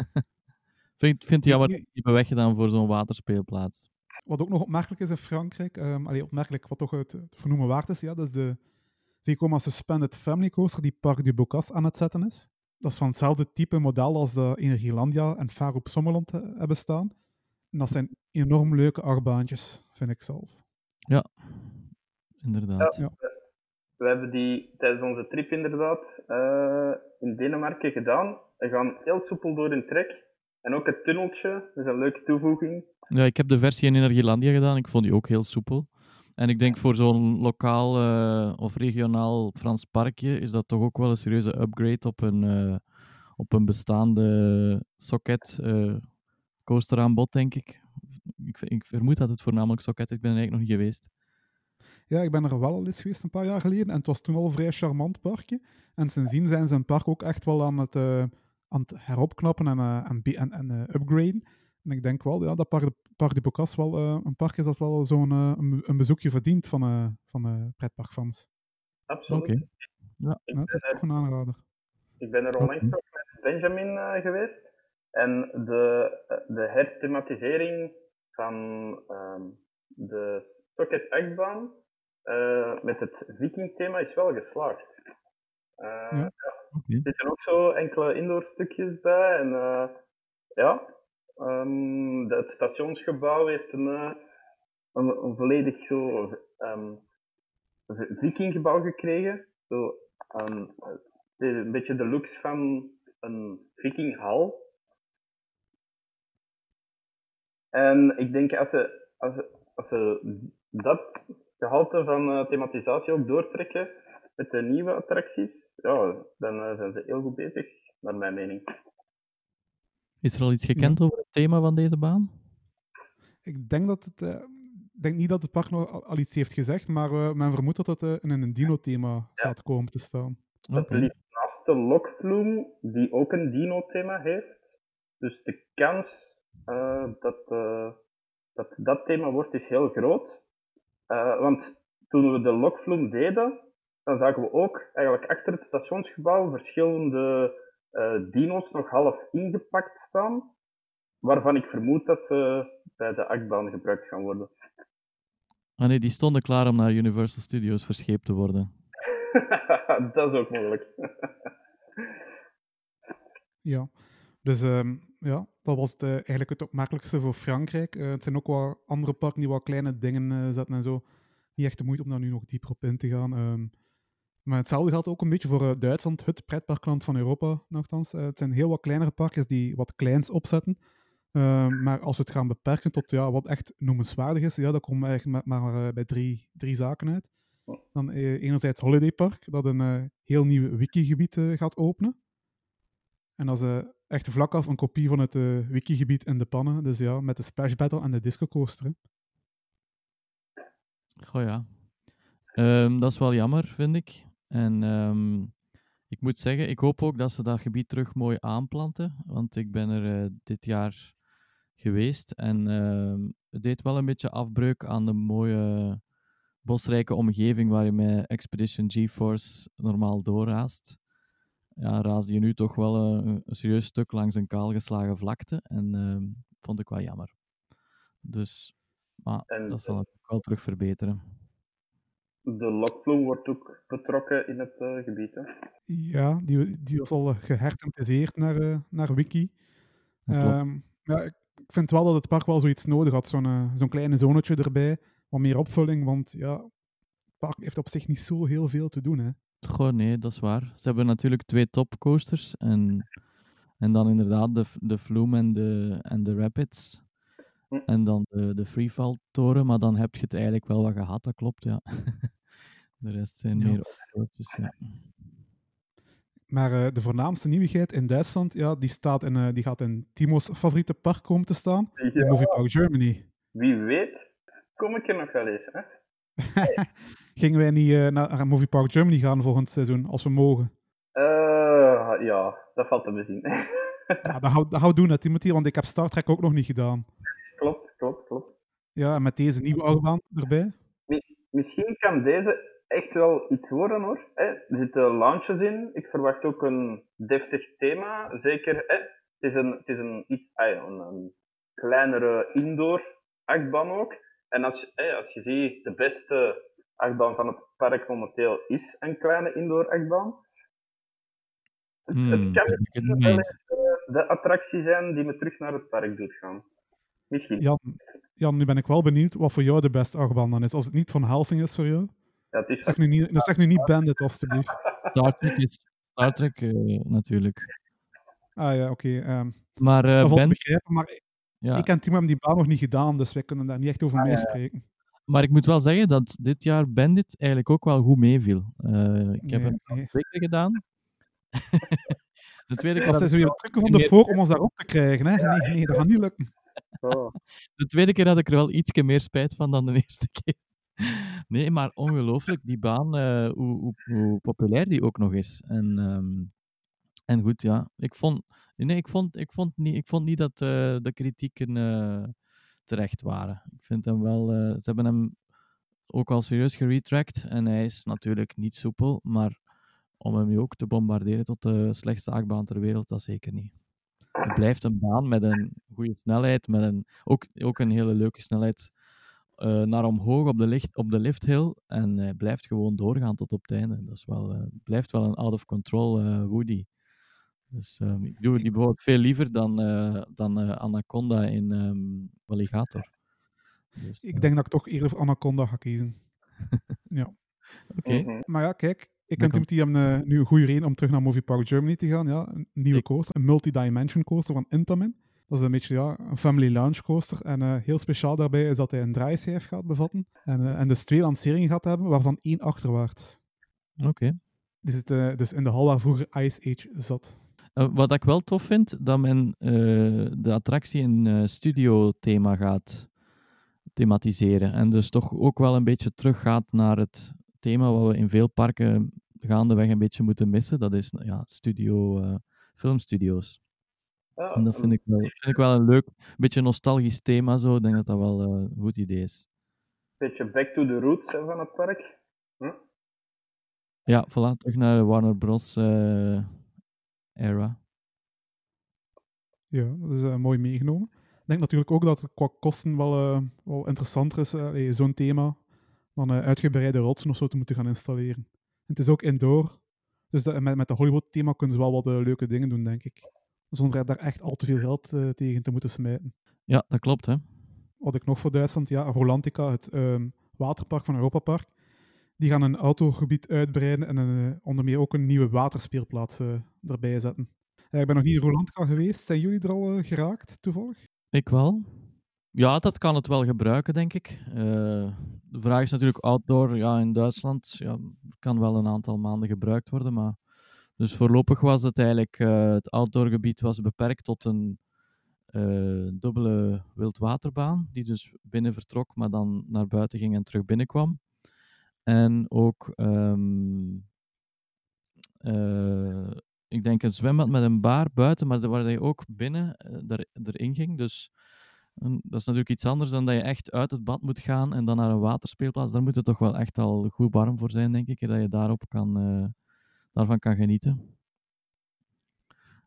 D: Vind je jammer dat die hebben weggedaan voor zo'n waterspeelplaats?
B: Wat ook nog opmerkelijk is in Frankrijk, opmerkelijk wat toch het vernoemen waard is, ja, dat is de Vekoma Suspended Family Coaster die Parc du Bocas aan het zetten is. Dat is van hetzelfde type model als de Energielandia en Faro op Sommerland hebben staan. En dat zijn enorm leuke achtbaantjes, vind ik zelf.
D: Ja, inderdaad.
B: Ja.
C: We hebben die tijdens onze trip inderdaad in Denemarken gedaan. We gaan heel soepel door in trek. En ook het tunneltje, dat is een leuke toevoeging.
D: Ja, ik heb de versie in Energielandia gedaan. Ik vond die ook heel soepel. En ik denk voor zo'n lokaal of regionaal Frans parkje is dat toch ook wel een serieuze upgrade op een bestaande socket coasteraanbod, denk ik. Ik vermoed dat het voornamelijk socket is. Ik ben er eigenlijk nog niet geweest.
B: Ja, ik ben er wel al eens geweest een paar jaar geleden. En het was toen al een vrij charmant parkje. En sindsdien zijn ze een park ook echt wel aan het heropknappen en upgraden. En ik denk wel dat Parc du Bocas wel een park is dat wel zo'n een bezoekje verdient van pretparkfans.
C: Absoluut.
D: Oké. Ja.
B: Het is toch een aanrader.
C: Ik ben er onlangs nog met Benjamin geweest. En de herthematisering van de Socket Achtbaan met het Viking-thema is wel geslaagd.
B: Ja.
D: Okay.
C: Er zitten ook zo enkele indoor stukjes bij. En het stationsgebouw heeft een volledig zo Vikinggebouw gekregen. Zo, een beetje de looks van een Vikinghal. En ik denk als ze dat gehalte van thematisatie ook doortrekken met de nieuwe attracties, ja, dan zijn ze heel goed bezig, naar mijn mening.
D: Is er al iets gekend over het thema van deze baan?
B: Ik denk dat denk niet dat het park nog al iets heeft gezegd, maar men vermoedt dat het in een dino-thema gaat komen te staan.
C: Dat ligt naast de Lokvloem, die ook een dino-thema heeft. Dus de kans dat thema wordt, is heel groot. Want toen we de Lokvloem deden, dan zagen we ook eigenlijk achter het stationsgebouw verschillende dino's nog half ingepakt staan, waarvan ik vermoed dat ze bij de achtbaan gebruikt gaan worden.
D: Ah nee, die stonden klaar om naar Universal Studios verscheept te worden.
C: Dat is ook mogelijk.
B: Ja, dus dat was eigenlijk het opmerkelijkste voor Frankrijk. Het zijn ook wel andere parken die wat kleine dingen zetten en zo. Niet echt de moeite om daar nu nog dieper op in te gaan. Maar hetzelfde geldt ook een beetje voor Duitsland, het pretparkland van Europa, nogthans. Het zijn heel wat kleinere parkjes die wat kleins opzetten. Maar als we het gaan beperken tot wat echt noemenswaardig is, dan komen we eigenlijk maar bij drie zaken uit. Dan enerzijds Holiday Park, dat een heel nieuw wikigebied gaat openen. En dat is echt vlak af een kopie van het wikigebied in de pannen. Dus ja, met de Splash Battle en de Disco Coaster. Hè.
D: Goh ja. Dat is wel jammer, vind ik. En ik moet zeggen, ik hoop ook dat ze dat gebied terug mooi aanplanten. Want ik ben er dit jaar geweest. En het deed wel een beetje afbreuk aan de mooie bosrijke omgeving waar je met Expedition GeForce normaal doorraast. raasde je nu toch wel een serieus stuk langs een kaalgeslagen vlakte. En vond ik wel jammer. Dus, maar
C: En
D: dat zal natuurlijk wel terug verbeteren.
C: de lokploeg wordt ook betrokken in het gebied. Hè?
B: Ja, die was al gehertentiseerd naar Wiki.
D: Dat klopt.
B: Ja, ik vind wel dat het park wel zoiets nodig had. Zo'n kleine zonetje erbij. Wat meer opvulling, want ja, het park heeft op zich niet zo heel veel te doen. Hè.
D: Goh, nee, dat is waar. Ze hebben natuurlijk 2 topcoasters. En dan inderdaad de Flume en de Rapids.
C: Hm.
D: En dan de Freefall-toren. Maar dan heb je het eigenlijk wel wat gehad, dat klopt, ja. De rest zijn
B: Ja.
D: meer optoortjes, ja.
B: Maar de voornaamste nieuwigheid in Duitsland, ja, die gaat in Timo's favoriete park komen te staan. In
C: Ja,
B: Movie Park Germany.
C: wie weet, kom ik er nog wel eens. Hè?
B: Gingen wij niet naar Movie Park Germany gaan volgend seizoen, als we mogen?
C: Ja, dat valt te bezien.
B: Ja, dat gaan we doen, hè, Timothy, want ik heb Star Trek ook nog niet gedaan.
C: Klopt.
B: Ja, en met deze nieuwe achtbaan erbij.
C: Misschien kan deze echt wel iets worden hoor. Hè? Er zitten launches in. Ik verwacht ook een deftig thema. Zeker, hè? Het is een kleinere indoor achtbaan ook. En als je ziet, de beste achtbaan van het park momenteel is een kleine indoor achtbaan. Het kan
D: Daar ben ik het
C: misschien
D: niet mee
C: wel
D: eens.
C: eens de attractie zijn die me terug naar het park doet gaan. Misschien.
B: Jan, nu ben ik wel benieuwd wat voor jou de beste achtbaan dan is. Als het niet Van Helsing is voor jou,
C: Ja, het is
B: zeg nu niet Bandit, alstublieft.
D: Star Trek is Star Trek natuurlijk.
B: Ah ja, oké.
D: Maar
B: Dat valt te
D: Ben,
B: begrijpen, maar
D: ja.
B: ik en Timo hebben die baan nog niet gedaan, dus wij kunnen daar niet echt over meespreken.
D: Maar ik moet wel zeggen dat dit jaar Bandit eigenlijk ook wel goed meeviel. Ik heb hem
B: Nee.
D: 2 keer gedaan. De tweede keer
B: Dat
D: had
B: zijn
D: ik
B: zo weer
D: er
B: trucken van
D: meer-
B: tevoren om ons daarop te krijgen. Hè? Nee, dat gaat niet lukken.
C: zo.
D: De tweede keer had ik er wel ietsje meer spijt van dan de eerste keer. Nee, maar ongelooflijk, die baan, hoe populair die ook nog is. En goed, ja, ik vond niet dat de kritieken terecht waren. Ik vind hem wel, ze hebben hem ook al serieus geretract en hij is natuurlijk niet soepel, maar om hem nu ook te bombarderen tot de slechtste achtbaan ter wereld, dat zeker niet. Het blijft een baan met een goede snelheid, met ook een hele leuke snelheid naar omhoog op de lifthill en hij blijft gewoon doorgaan tot op het einde. Dat is wel, blijft wel een out-of-control Woody. Dus ik doe die bijvoorbeeld veel liever dan Anaconda in Alligator. Dus,
B: Ik denk dat ik toch eerder voor Anaconda ga kiezen. Ja.
D: oké.
C: Mhm.
B: Maar ja, kijk, ik
D: Dat
B: en Timothy hebben nu een goede reden om terug naar Movie Park Germany te gaan. Ja, een nieuwe
D: Zeker.
B: coaster, een multi-dimension coaster van Intamin. Dat is een beetje een family lounge coaster. En heel speciaal daarbij is dat hij een draaischijf gaat bevatten. En dus 2 lanceringen gaat hebben, waarvan 1 achterwaarts.
D: Oké.
B: Die zit dus in de hal waar vroeger Ice Age zat.
D: Wat ik wel tof vind, dat men de attractie in studio-thema gaat thematiseren. En dus toch ook wel een beetje teruggaat naar het thema wat we in veel parken gaandeweg een beetje moeten missen. Dat is filmstudio's.
C: Ja,
D: En dat vind ik wel een leuk, beetje nostalgisch thema zo. Ik denk dat dat wel een goed idee is.
C: een beetje back to the roots hè, van het park.
D: Ja, voilà, terug naar de Warner Bros. Era.
B: Ja, dat is mooi meegenomen. Ik denk natuurlijk ook dat het qua kosten wel interessanter is, zo'n thema, dan uitgebreide rotsen of zo te moeten gaan installeren. En het is ook indoor, dus met dat Hollywood-thema kunnen ze wel wat leuke dingen doen, denk ik. Zonder daar echt al te veel geld tegen te moeten smijten.
D: Ja, dat klopt, hè.
B: Wat ik nog voor Duitsland, ja, Rolantica, het waterpark van Europa Park, die gaan een autogebied uitbreiden en onder meer ook een nieuwe waterspeelplaats erbij zetten. Ik ben nog niet in Rolantica geweest. Zijn jullie er al geraakt, toevallig?
D: Ik wel. Ja, dat kan het wel gebruiken, denk ik. De vraag is natuurlijk outdoor. Ja, in Duitsland kan wel een aantal maanden gebruikt worden. Maar dus voorlopig was het eigenlijk... het outdoorgebied was beperkt tot een dubbele wildwaterbaan. Die dus binnen vertrok, maar dan naar buiten ging en terug binnenkwam. En ook... ik denk een zwembad met een bar buiten, maar waar je ook binnen erin ging. Dus dat is natuurlijk iets anders dan dat je echt uit het bad moet gaan en dan naar een waterspeelplaats. Daar moet het toch wel echt al goed warm voor zijn, denk ik, dat je daarvan kan genieten.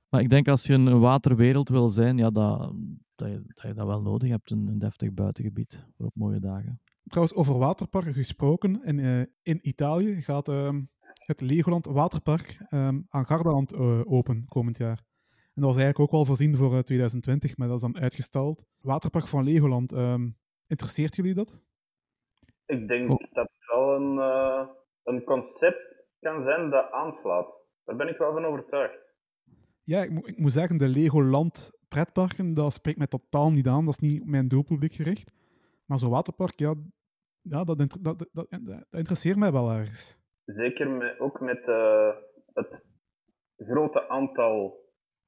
D: Maar ik denk als je een waterwereld wil zijn, ja, dat je dat wel nodig hebt, een deftig buitengebied voor op mooie dagen.
B: Trouwens, over waterparken gesproken. In Italië gaat het Legoland Waterpark aan Gardaland open komend jaar. En dat was eigenlijk ook wel voorzien voor 2020, maar dat is dan uitgesteld. Waterpark van Legoland, interesseert jullie dat?
C: Ik denk
D: Goh.
C: dat het wel een concept kan zijn dat aanslaat. Daar ben ik wel van overtuigd.
B: Ja, ik moet zeggen, de Legoland pretparken, dat spreekt mij totaal niet aan. Dat is niet op mijn doelpubliek gericht. Maar zo'n waterpark, dat interesseert mij wel ergens.
C: Zeker ook met het grote aantal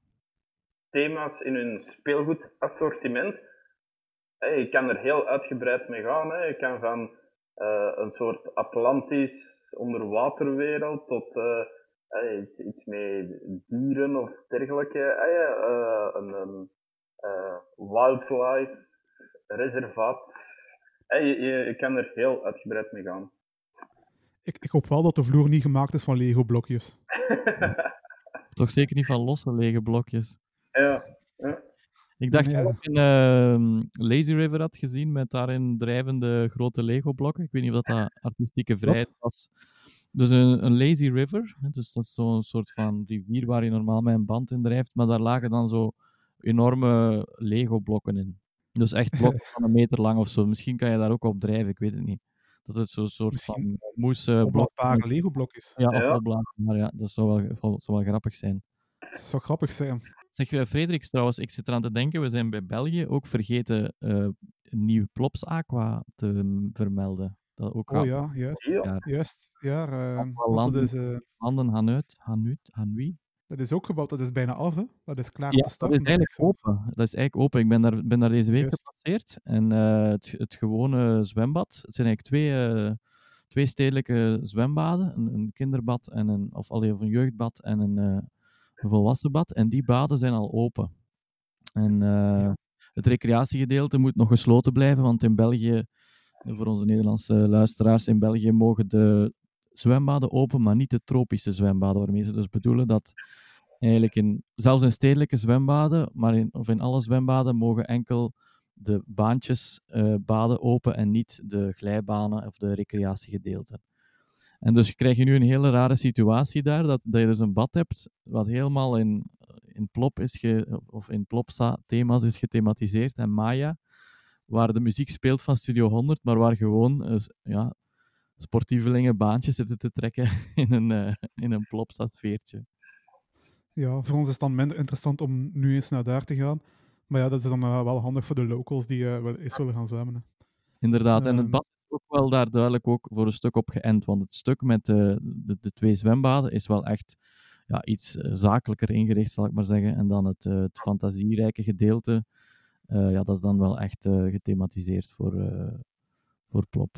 C: thema's in hun speelgoedassortiment. Je kan er heel uitgebreid mee gaan. Je kan van een soort Atlantisch onderwaterwereld tot iets met dieren of dergelijke. Een wildlife reservaat. Je kan er heel uitgebreid mee gaan.
B: Ik hoop wel dat de vloer niet gemaakt is van Lego-blokjes.
D: Toch zeker niet van losse lege blokjes.
C: Ja.
D: Ik dacht
B: Ja.
D: dat ik een Lazy River had gezien met daarin drijvende grote Lego-blokken. Ik weet niet of dat artistieke vrijheid was. Dus een Lazy River, dus dat is zo'n soort van rivier waar je normaal met een band in drijft, maar daar lagen dan zo enorme Lego-blokken in. Dus echt blokken van 1 meter lang of zo. Misschien kan je daar ook op drijven, ik weet het niet. Dat het zo'n soort
B: Misschien
D: van moes
B: opblaasbare Lego-blokjes.
D: Ja, of
C: Ja.
D: opblazen, maar ja, dat zou wel grappig zijn.
B: Dat zou grappig zijn.
D: Zeg, Frederik, trouwens, ik zit eraan te denken, we zijn bij België ook vergeten een nieuw Plops Aqua te vermelden. Dat ook
B: Oh ja, juist.
C: Ja.
B: Juist. Ja,
D: Aqua
B: want
D: landen Hanui.
B: dat is ook gebouwd. Dat is bijna af, hè? Dat is klaar
D: Ja,
B: om te
D: dat is
B: starten.
D: eigenlijk open. Dat is eigenlijk open. Ik ben daar deze week
B: Juist.
D: gepasseerd. En het gewone zwembad, het zijn eigenlijk twee stedelijke zwembaden. Een kinderbad en een jeugdbad en een volwassen bad. En die baden zijn al open. En het recreatiegedeelte moet nog gesloten blijven, want in België, voor onze Nederlandse luisteraars, in België mogen de zwembaden open, maar niet de tropische zwembaden, waarmee ze dus bedoelen dat eigenlijk zelfs in stedelijke zwembaden, of in alle zwembaden, mogen enkel de baantjes baden open en niet de glijbanen of de recreatiegedeelten. En dus krijg je nu een hele rare situatie daar, dat je dus een bad hebt wat helemaal in plop of in plopsa-thema's is gethematiseerd en Maya, waar de muziek speelt van Studio 100, maar waar gewoon sportievelingen baantjes zitten te trekken in een plopsa-sfeertje.
B: Ja, voor ons is het dan minder interessant om nu eens naar daar te gaan. Maar ja, dat is dan wel handig voor de locals die wel eens willen gaan zwemmen. Hè.
D: Inderdaad, en het bad is ook wel daar duidelijk ook voor een stuk op geënt, want het stuk met de 2 zwembaden is wel echt iets zakelijker ingericht, zal ik maar zeggen. En dan het fantasierijke gedeelte, dat is dan wel echt gethematiseerd voor Plop.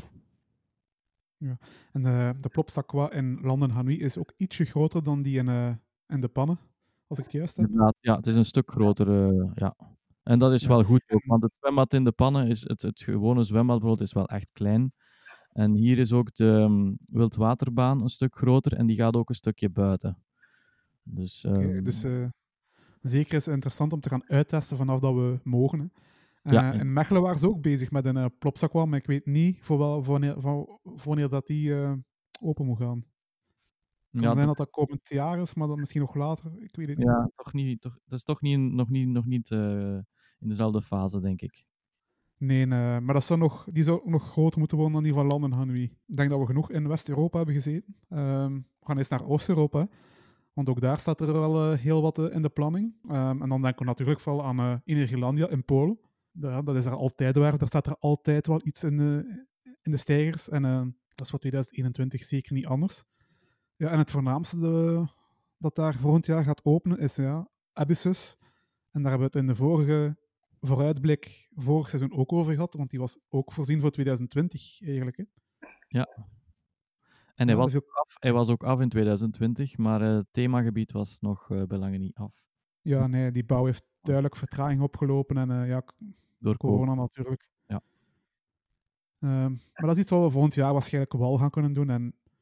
B: Ja. En de Plops Aqua in Landen Hanui is ook ietsje groter dan die in de pannen, als ik het juist heb.
D: Inderdaad, ja, het is een stuk groter, ja. En dat is wel goed ook, want het zwembad in de pannen, het gewone zwembad bijvoorbeeld, is wel echt klein. En hier is ook de wildwaterbaan een stuk groter en die gaat ook een stukje buiten. Dus,
B: dus zeker is het interessant om te gaan uittesten vanaf dat we mogen. Hè.
D: Ja.
B: In Mechelen waren ze ook bezig met een Plops Aqua, maar ik weet niet voor wanneer dat die open moet gaan. Het kan zijn dat dat komend jaar is, maar dat misschien nog later. Ik weet het niet.
D: Ja, dat is toch nog niet in dezelfde fase, denk ik.
B: Nee, maar die zou nog groter moeten worden dan die van Landen Hanui. Ik denk dat we genoeg in West-Europa hebben gezeten. We gaan eens naar Oost-Europa, want ook daar staat er wel heel wat in de planning. En dan denken we natuurlijk wel aan Energielandia in Polen. Dat is er altijd waar. Daar staat er altijd wel iets in de steigers. En dat is voor 2021 zeker niet anders. Ja, en het voornaamste dat daar volgend jaar gaat openen is Abyssus. En daar hebben we het in de vorige vooruitblik vorig seizoen ook over gehad, want die was ook voorzien voor 2020 eigenlijk. Hè.
D: Ja. En hij was ook af in 2020, maar het themagebied was nog bij lange niet af.
B: Ja, nee, die bouw heeft duidelijk vertraging opgelopen en door corona natuurlijk.
D: Ja.
B: Maar dat is iets wat we volgend jaar waarschijnlijk wel gaan kunnen doen. En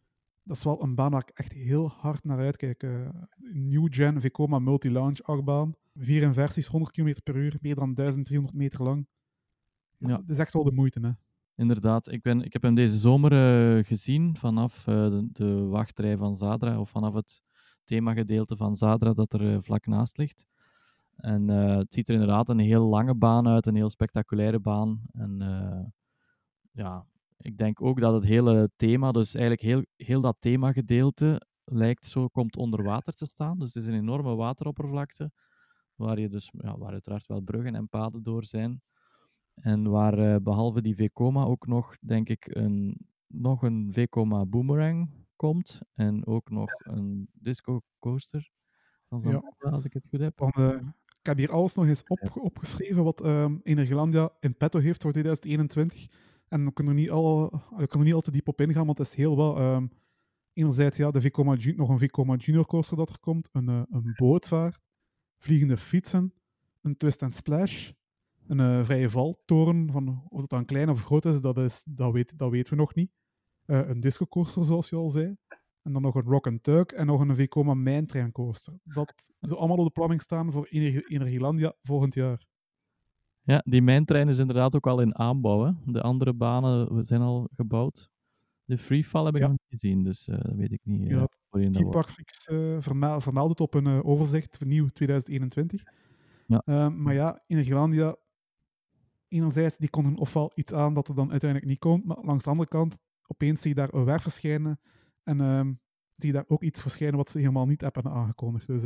B: dat is wel een baan waar ik echt heel hard naar uitkijk. New Gen Vekoma Multi-Launch achtbaan. 4 inversies, 100 km per uur, meer dan 1300 meter lang.
D: Ja.
B: Dat is echt wel de moeite, hè.
D: Inderdaad, ik heb hem deze zomer gezien vanaf de wachtrij van Zadra, of vanaf het themagedeelte van Zadra dat er vlak naast ligt. En het ziet er inderdaad een heel lange baan uit, een heel spectaculaire baan. En ja, ik denk ook dat het hele thema, dus eigenlijk heel dat themagedeelte, lijkt zo, komt onder water te staan. Dus het is een enorme wateroppervlakte, waar uiteraard wel bruggen en paden door zijn. En waar behalve die Vekoma ook nog, denk ik, nog een Vekoma Boomerang komt. En ook nog een disco coaster van Zambia, als ik het goed heb.
B: Ik heb hier alles nog eens opgeschreven wat Energylandia in petto heeft voor 2021. En we kunnen er niet al te diep op ingaan, want het is heel wel... enerzijds de Vekoma nog een Vekoma Junior coaster dat er komt, een bootvaart, vliegende fietsen, een twist and splash, een vrije valtoren, van of het dan klein of groot is, dat weten we nog niet. Een discocoaster, zoals je al zei. En dan nog een Rock and Tug en nog een Vekoma mijntreincoaster. Dat zou allemaal op de planning staan voor Energielandia volgend jaar.
D: Ja, die mijntrein is inderdaad ook al in aanbouw. Hè? De andere banen zijn al gebouwd. De freefall heb ik nog niet gezien, dus dat weet ik niet.
B: T-Parkflix vermeldt het op een overzicht voor nieuw 2021.
D: Ja.
B: Maar ja, Energielandia, enerzijds, die konden ofwel iets aan dat er dan uiteindelijk niet komt, maar langs de andere kant, opeens zie je daar een werf verschijnen en zie je daar ook iets verschijnen wat ze helemaal niet hebben aangekondigd. Dus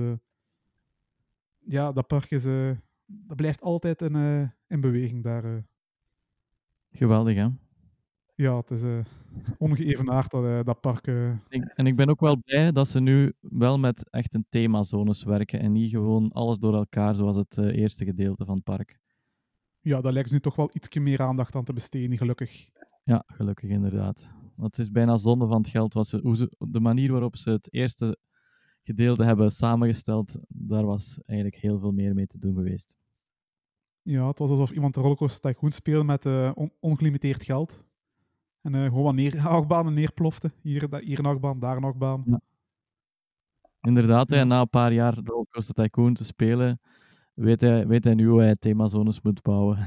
B: dat park dat blijft altijd in beweging daar.
D: Geweldig, hè?
B: Ja, het is ongeëvenaard, dat park.
D: En ik ben ook wel blij dat ze nu wel met echt een themazones werken en niet gewoon alles door elkaar, zoals het eerste gedeelte van het park.
B: Ja, daar lijken ze nu toch wel iets meer aandacht aan te besteden, gelukkig.
D: Ja, gelukkig inderdaad. Want het is bijna zonde van het geld. De manier waarop ze het eerste gedeelte hebben samengesteld, daar was eigenlijk heel veel meer mee te doen geweest.
B: Ja, het was alsof iemand de Rollercoaster Tycoon speelde met ongelimiteerd geld. En gewoon wat achtbanen neerplofte. Hier een achtbaan, daar een achtbaan.
D: Ja. Inderdaad, na een paar jaar Rollercoaster Tycoon te spelen, weet hij nu hoe hij themazones moet bouwen.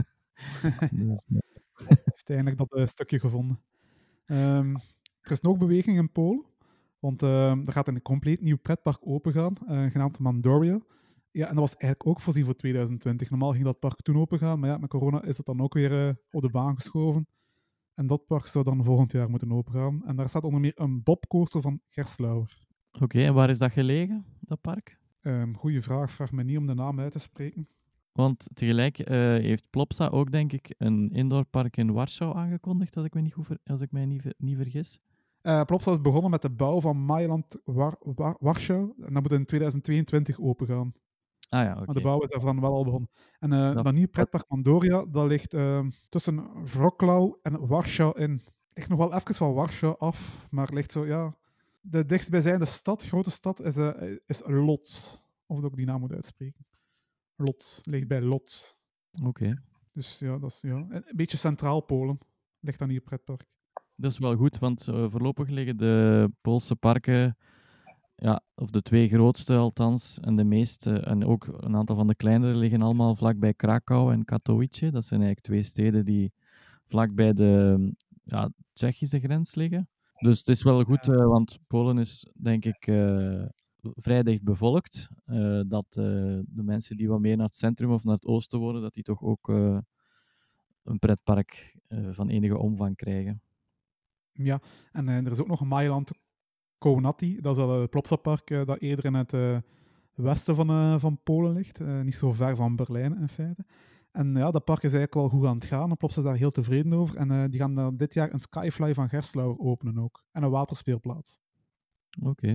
B: Dus, heeft eigenlijk dat stukje gevonden. Er is nog beweging in Polen. Want er gaat een compleet nieuw pretpark opengaan, genaamd Mandoria. Ja, en dat was eigenlijk ook voorzien voor 2020. Normaal ging dat park toen opengaan, maar ja, met corona is het dan ook weer op de baan geschoven. En dat park zou dan volgend jaar moeten opengaan. En daar staat onder meer een bobcoaster van Gerstlauer.
D: Oké, en waar is dat gelegen, dat park?
B: Goeie vraag. Vraag me niet om de naam uit te spreken.
D: Want tegelijk heeft Plopsa ook, denk ik, een indoorpark in Warschau aangekondigd, als ik mij niet vergis.
B: Plopsa is begonnen met de bouw van Mailand Warschau. En dat moet in 2022 opengaan.
D: Ah ja, oké.
B: Maar de bouw is daarvan wel al begonnen. En dat nieuwe pretpark Mandoria, dat ligt tussen Wrocław en Warschau in. Het ligt nog wel even van Warschau af, maar ligt zo, ja... De dichtstbijzijnde grote stad, is Lodz. Of dat ik die naam moet uitspreken. Lodz, ligt bij Lodz.
D: Oké.
B: Dus ja, dat is een beetje centraal Polen. Ligt dan hier pretpark.
D: Dat is wel goed, want voorlopig liggen de Poolse parken, of de twee grootste althans, en de meeste, en ook een aantal van de kleinere liggen allemaal vlakbij Krakau en Katowice. Dat zijn eigenlijk twee steden die vlakbij de Tsjechische grens liggen. Dus het is wel goed, want Polen is, denk ik, vrij dicht bevolkt. Dat de mensen die wat meer naar het centrum of naar het oosten wonen, dat die toch ook een pretpark van enige omvang krijgen.
B: Ja, en er is ook nog een Mailand Kounati. Dat is het Plopsa-park dat eerder in het westen van Polen ligt. Niet zo ver van Berlijn, in feite. En ja, dat park is eigenlijk wel goed aan het gaan. Plopsa is daar heel tevreden over. En die gaan dit jaar een Skyfly van Gerstlauer openen ook. En een waterspeelplaats.
D: Oké.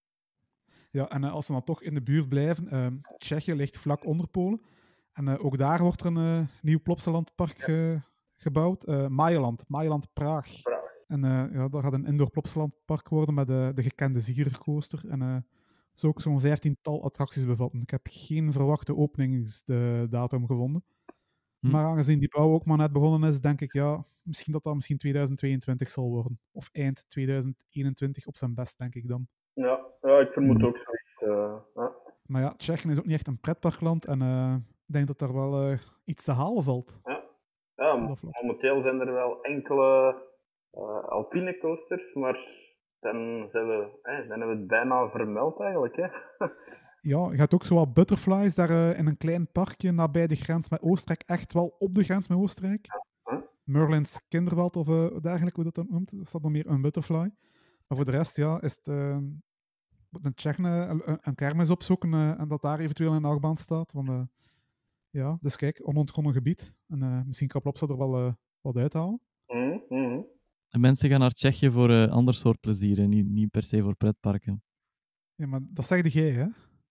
B: Ja, en als ze dan toch in de buurt blijven, Tsjechië ligt vlak onder Polen. En ook daar wordt er een nieuw Plopsalandpark gebouwd. Maailand Praag. En dat gaat een indoor Plopsalandpark worden met de gekende Ziegercoaster. En zou ook zo'n 15-tal attracties bevatten. Ik heb geen verwachte openingsdatum gevonden. Maar aangezien die bouw ook maar net begonnen is, denk ik, ja, misschien dat misschien 2022 zal worden. Of eind 2021 op zijn best, denk ik dan.
C: Ja, ik vermoed ook zoiets. Ja.
B: Maar ja, Tsjechië is ook niet echt een pretparkland en ik denk dat daar wel iets te halen valt.
C: Ja,
B: op dat vlak.
C: momenteel zijn er wel enkele alpine coasters, maar dan hebben we het bijna vermeld eigenlijk. Hè?
B: Ja, je hebt ook zo wat butterflies daar in een klein parkje nabij de grens met Oostenrijk. Echt wel op de grens met Oostenrijk. Merlin's Kinderwald of dergelijke, hoe dat noemt. Er staat nog meer een butterfly. Maar voor de rest, ja, is het een Tsjechen een kermis opzoeken en dat daar eventueel een achtbaan staat. Want ja, dus kijk, onontgonnen gebied. En misschien kan Plopsa er wel wat uithalen.
D: En mensen gaan naar Tsjechië voor ander soort plezier en niet per se voor pretparken.
B: Ja, maar dat zegde jij, hè?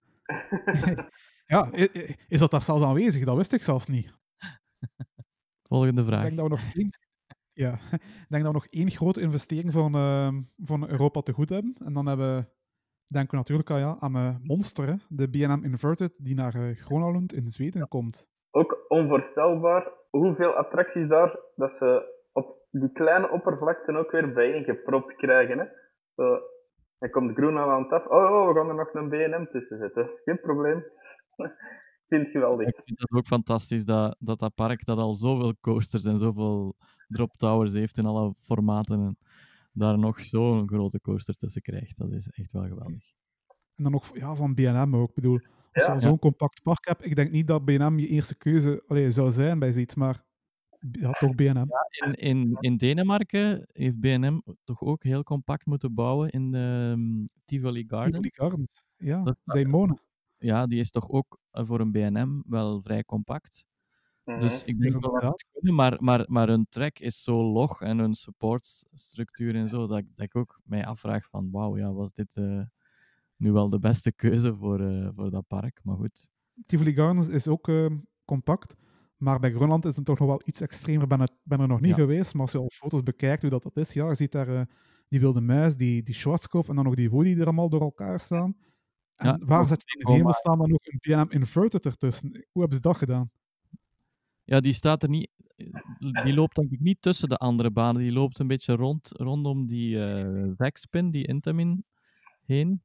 B: Ja, is dat daar zelfs aanwezig? Dat wist ik zelfs niet.
D: Volgende vraag.
B: Ik denk dat we nog één, ja, ik denk dat we nog één grote investering van Europa te goed hebben. En dan denken we natuurlijk aan Monster, hè, de B&M Inverted, die naar Gronalund in Zweden komt.
C: Ook onvoorstelbaar hoeveel attracties daar, dat ze op die kleine oppervlakte ook weer bijeengepropt krijgen. Hè. Dan komt Groenland af. Oh, we gaan er nog een B&M tussen zetten. Geen probleem. Ik vind het geweldig.
D: Ik vind dat ook fantastisch, dat park dat al zoveel coasters en zoveel drop towers heeft in alle formaten en daar nog zo'n grote coaster tussen krijgt. Dat is echt wel geweldig.
B: En dan nog van B&M ook. Ik bedoel, als je al zo'n compact park hebt, ik denk niet dat B&M je eerste keuze zou zijn bij zoiets, maar ja, toch B&M.
D: Ja, in Denemarken heeft B&M toch ook heel compact moeten bouwen in de Tivoli Gardens.
B: Tivoli Gardens, ja. Daimonen.
D: Ja, die is toch ook voor een B&M wel vrij compact. Dus ik denk wel dat het kunnen, maar hun track is zo log en hun supportstructuur en zo, dat ik ook mij afvraag van wauw, ja, was dit nu wel de beste keuze voor dat park? Maar goed.
B: Tivoli Gardens is ook compact, maar bij Grönland is het toch nog wel iets extremer. Ben er nog niet geweest, maar als je al foto's bekijkt hoe dat is, ja, je ziet daar die wilde muis, die Schwarzkopf en dan nog die Woody die er allemaal door elkaar staan. En waar zit in de hemel staan dan nog een B&M Inverted ertussen? Hoe hebben ze dat gedaan?
D: Ja, die staat er niet. Die loopt denk ik niet tussen de andere banen. Die loopt een beetje rondom die Zekspin, die Intamin heen.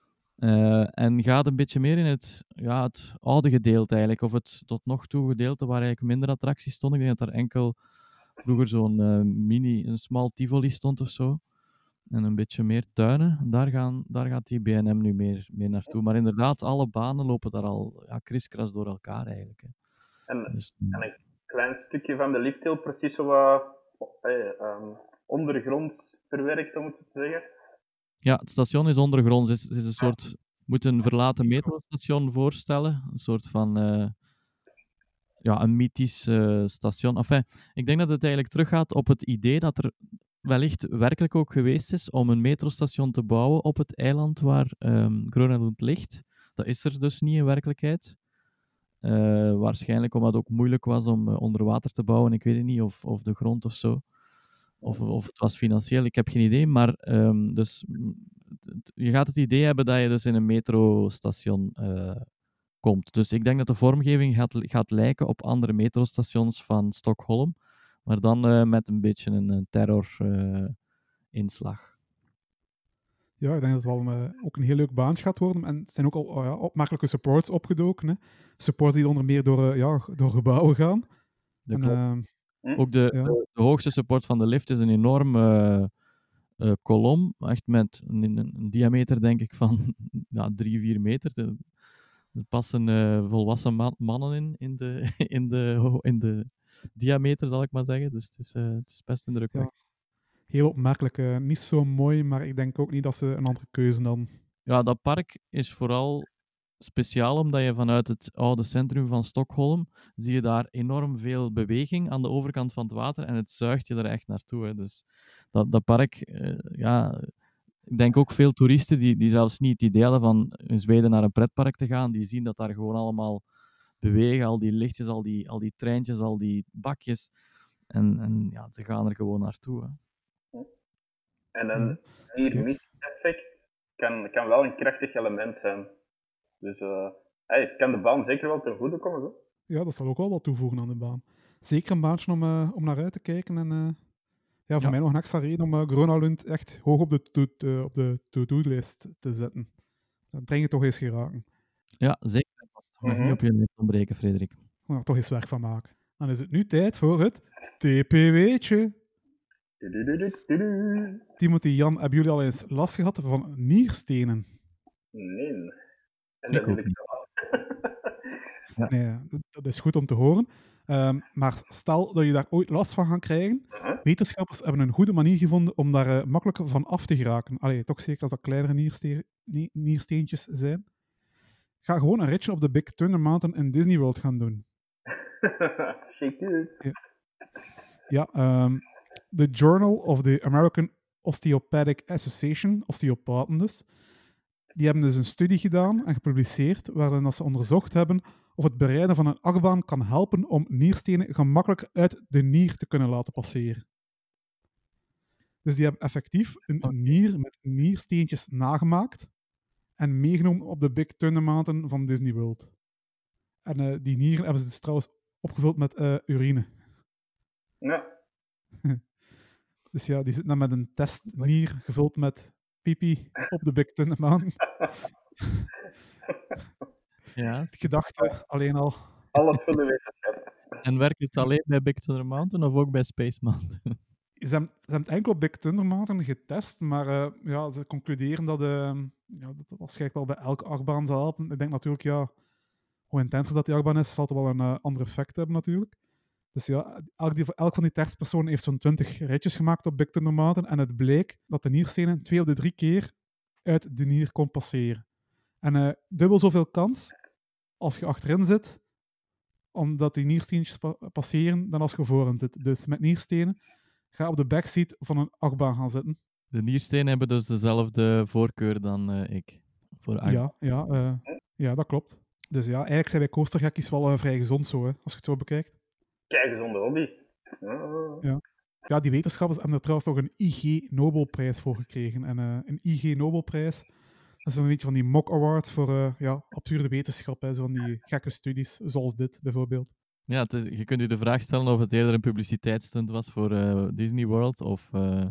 D: En gaat een beetje meer in het oude gedeelte eigenlijk. Of het tot nog toe gedeelte waar eigenlijk minder attracties stonden. Ik denk dat er enkel vroeger zo'n een small Tivoli stond of zo. En een beetje meer tuinen. Daar gaat die B&M nu meer naartoe. Maar inderdaad, alle banen lopen daar al kriskras door elkaar eigenlijk. Hè.
C: En een klein stukje van de lifthill precies zo wat ondergronds verwerkt, om het te zeggen.
D: Ja, het station is ondergronds. Het is een soort, moet een verlaten metrostation voorstellen. Een soort van een mythisch station. Enfin, ik denk dat het eigenlijk teruggaat op het idee dat er wellicht werkelijk ook geweest is om een metrostation te bouwen op het eiland waar Grönland ligt. Dat is er dus niet in werkelijkheid. Waarschijnlijk omdat het ook moeilijk was om onder water te bouwen. Ik weet het niet, of de grond of zo. Of het was financieel, ik heb geen idee. Maar dus, je gaat het idee hebben dat je dus in een metrostation komt. Dus ik denk dat de vormgeving gaat lijken op andere metrostations van Stockholm. Maar dan met een beetje een terror-inslag.
B: Ja, ik denk dat het wel ook een heel leuk baantje gaat worden. En het zijn ook al opmerkelijke supports opgedoken. Hè. Supports die onder meer door gebouwen gaan.
D: Ook de hoogste support van de lift is een enorme kolom. Echt met een diameter, denk ik, van 3-4 meter. Er passen volwassen mannen in de diameter, zal ik maar zeggen. Dus het is best indrukwekkend.
B: Ja. Heel opmerkelijk. Niet zo mooi, maar ik denk ook niet dat ze een andere keuze dan.
D: Ja, dat park is vooral speciaal omdat je vanuit het oude centrum van Stockholm zie je daar enorm veel beweging aan de overkant van het water en het zuigt je er echt naartoe. Hè. Dus dat park, ik denk ook veel toeristen die zelfs niet het idee hadden van in Zweden naar een pretpark te gaan, die zien dat daar gewoon allemaal bewegen, al die lichtjes, al die treintjes, al die bakjes. En ze gaan er gewoon naartoe. Hè.
C: En een near-miss-effect kan wel een krachtig element zijn. Dus het kan de baan zeker wel ten goede komen. Zo.
B: Ja, dat zal ook wel wat toevoegen aan de baan. zeker een baantje om naar uit te kijken. En voor
D: Ja.
B: mij nog een extra reden om Gronalund echt hoog op de to-do-lijst te zetten. Dat breng je toch eens geraken.
D: Ja, zeker. Het mag niet op je lijst ontbreken, Frederik.
B: Ik moet er toch eens werk van maken. Dan is het nu tijd voor het TPW'tje. Timothy, Jan, hebben jullie al eens last gehad van nierstenen?
C: Nee. En
D: Ik
C: dat
D: ook
C: wil ik
D: niet.
C: wel.
B: Nee, dat is goed om te horen. Maar stel dat je daar ooit last van gaat krijgen, wetenschappers hebben een goede manier gevonden om daar makkelijk van af te geraken. Allee, toch zeker als dat kleinere niersteentjes zijn. Ga gewoon een ritje op de Big Thunder Mountain in Disney World gaan doen.
C: Shake it.
B: Ja, de Journal of the American Osteopathic Association, osteopaten dus, die hebben dus een studie gedaan en gepubliceerd waarin dat ze onderzocht hebben of het berijden van een achtbaan kan helpen om nierstenen gemakkelijk uit de nier te kunnen laten passeren. Dus die hebben effectief een nier met niersteentjes nagemaakt en meegenomen op de Big Thunder Mountain van Disney World. En die nieren hebben ze dus trouwens opgevuld met urine.
C: Ja.
B: Dus ja, die zitten dan met een testnier gevuld met pipi op de Big Thunder Mountain.
D: Ja.
B: De gedachte alleen al.
C: Alles voor de wetenschap.
D: En werkt het alleen bij Big Thunder Mountain of ook bij Space Mountain?
B: Ze hebben het enkel op Big Thunder Mountain getest, maar ze concluderen dat dat waarschijnlijk wel bij elke achtbaan zal helpen. Ik denk natuurlijk, hoe intenser dat die achtbaan is, zal het wel een ander effect hebben natuurlijk. Dus ja, elk van die testpersonen heeft zo'n 20 ritjes gemaakt op Big Thunder Mountain en het bleek dat de nierstenen 2 op de 3 keer uit de nier kon passeren. En dubbel zoveel kans als je achterin zit, omdat die niersteentjes passeren, dan als je voorin zit. Dus met nierstenen ga op de backseat van een achtbaan gaan zitten.
D: De nierstenen hebben dus dezelfde voorkeur dan ik. Voor achtbaan.
B: Ja, dat klopt. Dus ja, eigenlijk zijn wij coastergekkies wel vrij gezond zo, hè, als je het zo bekijkt.
C: Kijk, gezonde hobby.
B: Ja, die wetenschappers hebben er trouwens nog een IG Nobelprijs voor gekregen. En een IG Nobelprijs, dat is een beetje van die mock awards voor absurde wetenschap, hè, zo van die gekke studies, zoals dit bijvoorbeeld.
D: Ja, je kunt je de vraag stellen of het eerder een publiciteitsstunt was voor Disney World of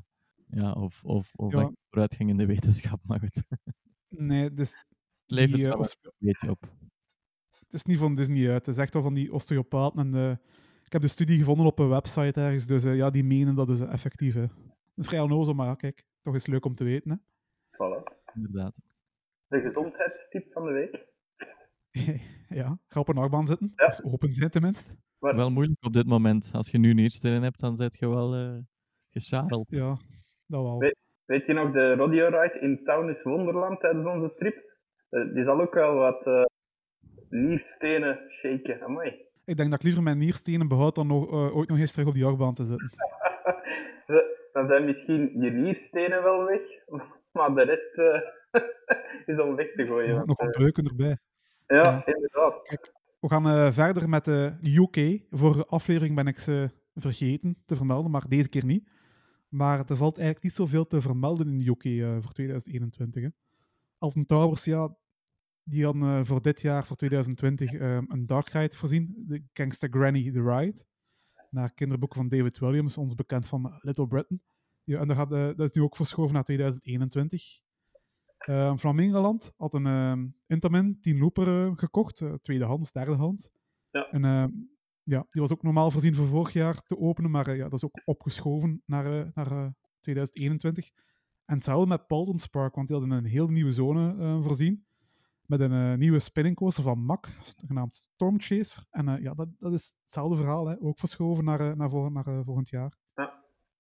D: echt vooruitgang in de wetenschap, maar goed.
B: Nee, dus
D: levert wel een beetje op.
B: Het is niet van Disney uit, het is echt wel van die osteopaten. En ik heb de studie gevonden op een website ergens, dus die menen dat is effectief. Hè. Vrij onnozel, maar kijk, toch is leuk om te weten. Hè.
C: Voilà.
D: Inderdaad.
C: De gezondheidstip van de week.
B: Ja, ga op een achtbaan zitten, als open zijn tenminste.
D: Maar wel moeilijk op dit moment. Als je nu nierstenen hebt, dan zit je wel gescharreld.
B: Ja, dat wel.
C: Weet je nog de rodeo ride in Town is Wonderland tijdens onze trip? Die zal ook wel wat nierstenen shaken. Amai.
B: Ik denk dat ik liever mijn nierstenen behoud dan ooit nog eens terug op die achtbaan te zitten.
C: Dan zijn misschien je nierstenen wel weg, maar de rest is om weg te gooien.
B: Nog wat breuken erbij.
C: Ja, inderdaad.
B: Kijk, we gaan verder met de UK. Vorige aflevering ben ik ze vergeten te vermelden, maar deze keer niet. Maar er valt eigenlijk niet zoveel te vermelden in de UK voor 2021. Hè. Alton Towers, die hadden voor dit jaar, voor 2020, een dark ride voorzien. De Gangsta Granny The Ride. Naar kinderboeken van David Williams, ons bekend van Little Britain. Ja, en dat is nu ook verschoven naar 2021. Flamingoland had een Intamin 10 looper gekocht, tweedehands, derdehands.
C: Ja.
B: En die was ook normaal voorzien voor vorig jaar te openen, maar dat is ook opgeschoven naar 2021. En hetzelfde met Paulton Park, want die hadden een heel nieuwe zone voorzien. Met een nieuwe spinning coaster van MAC, genaamd Storm Chaser. En dat is hetzelfde verhaal, hè, ook verschoven naar volgend jaar.
C: Ja.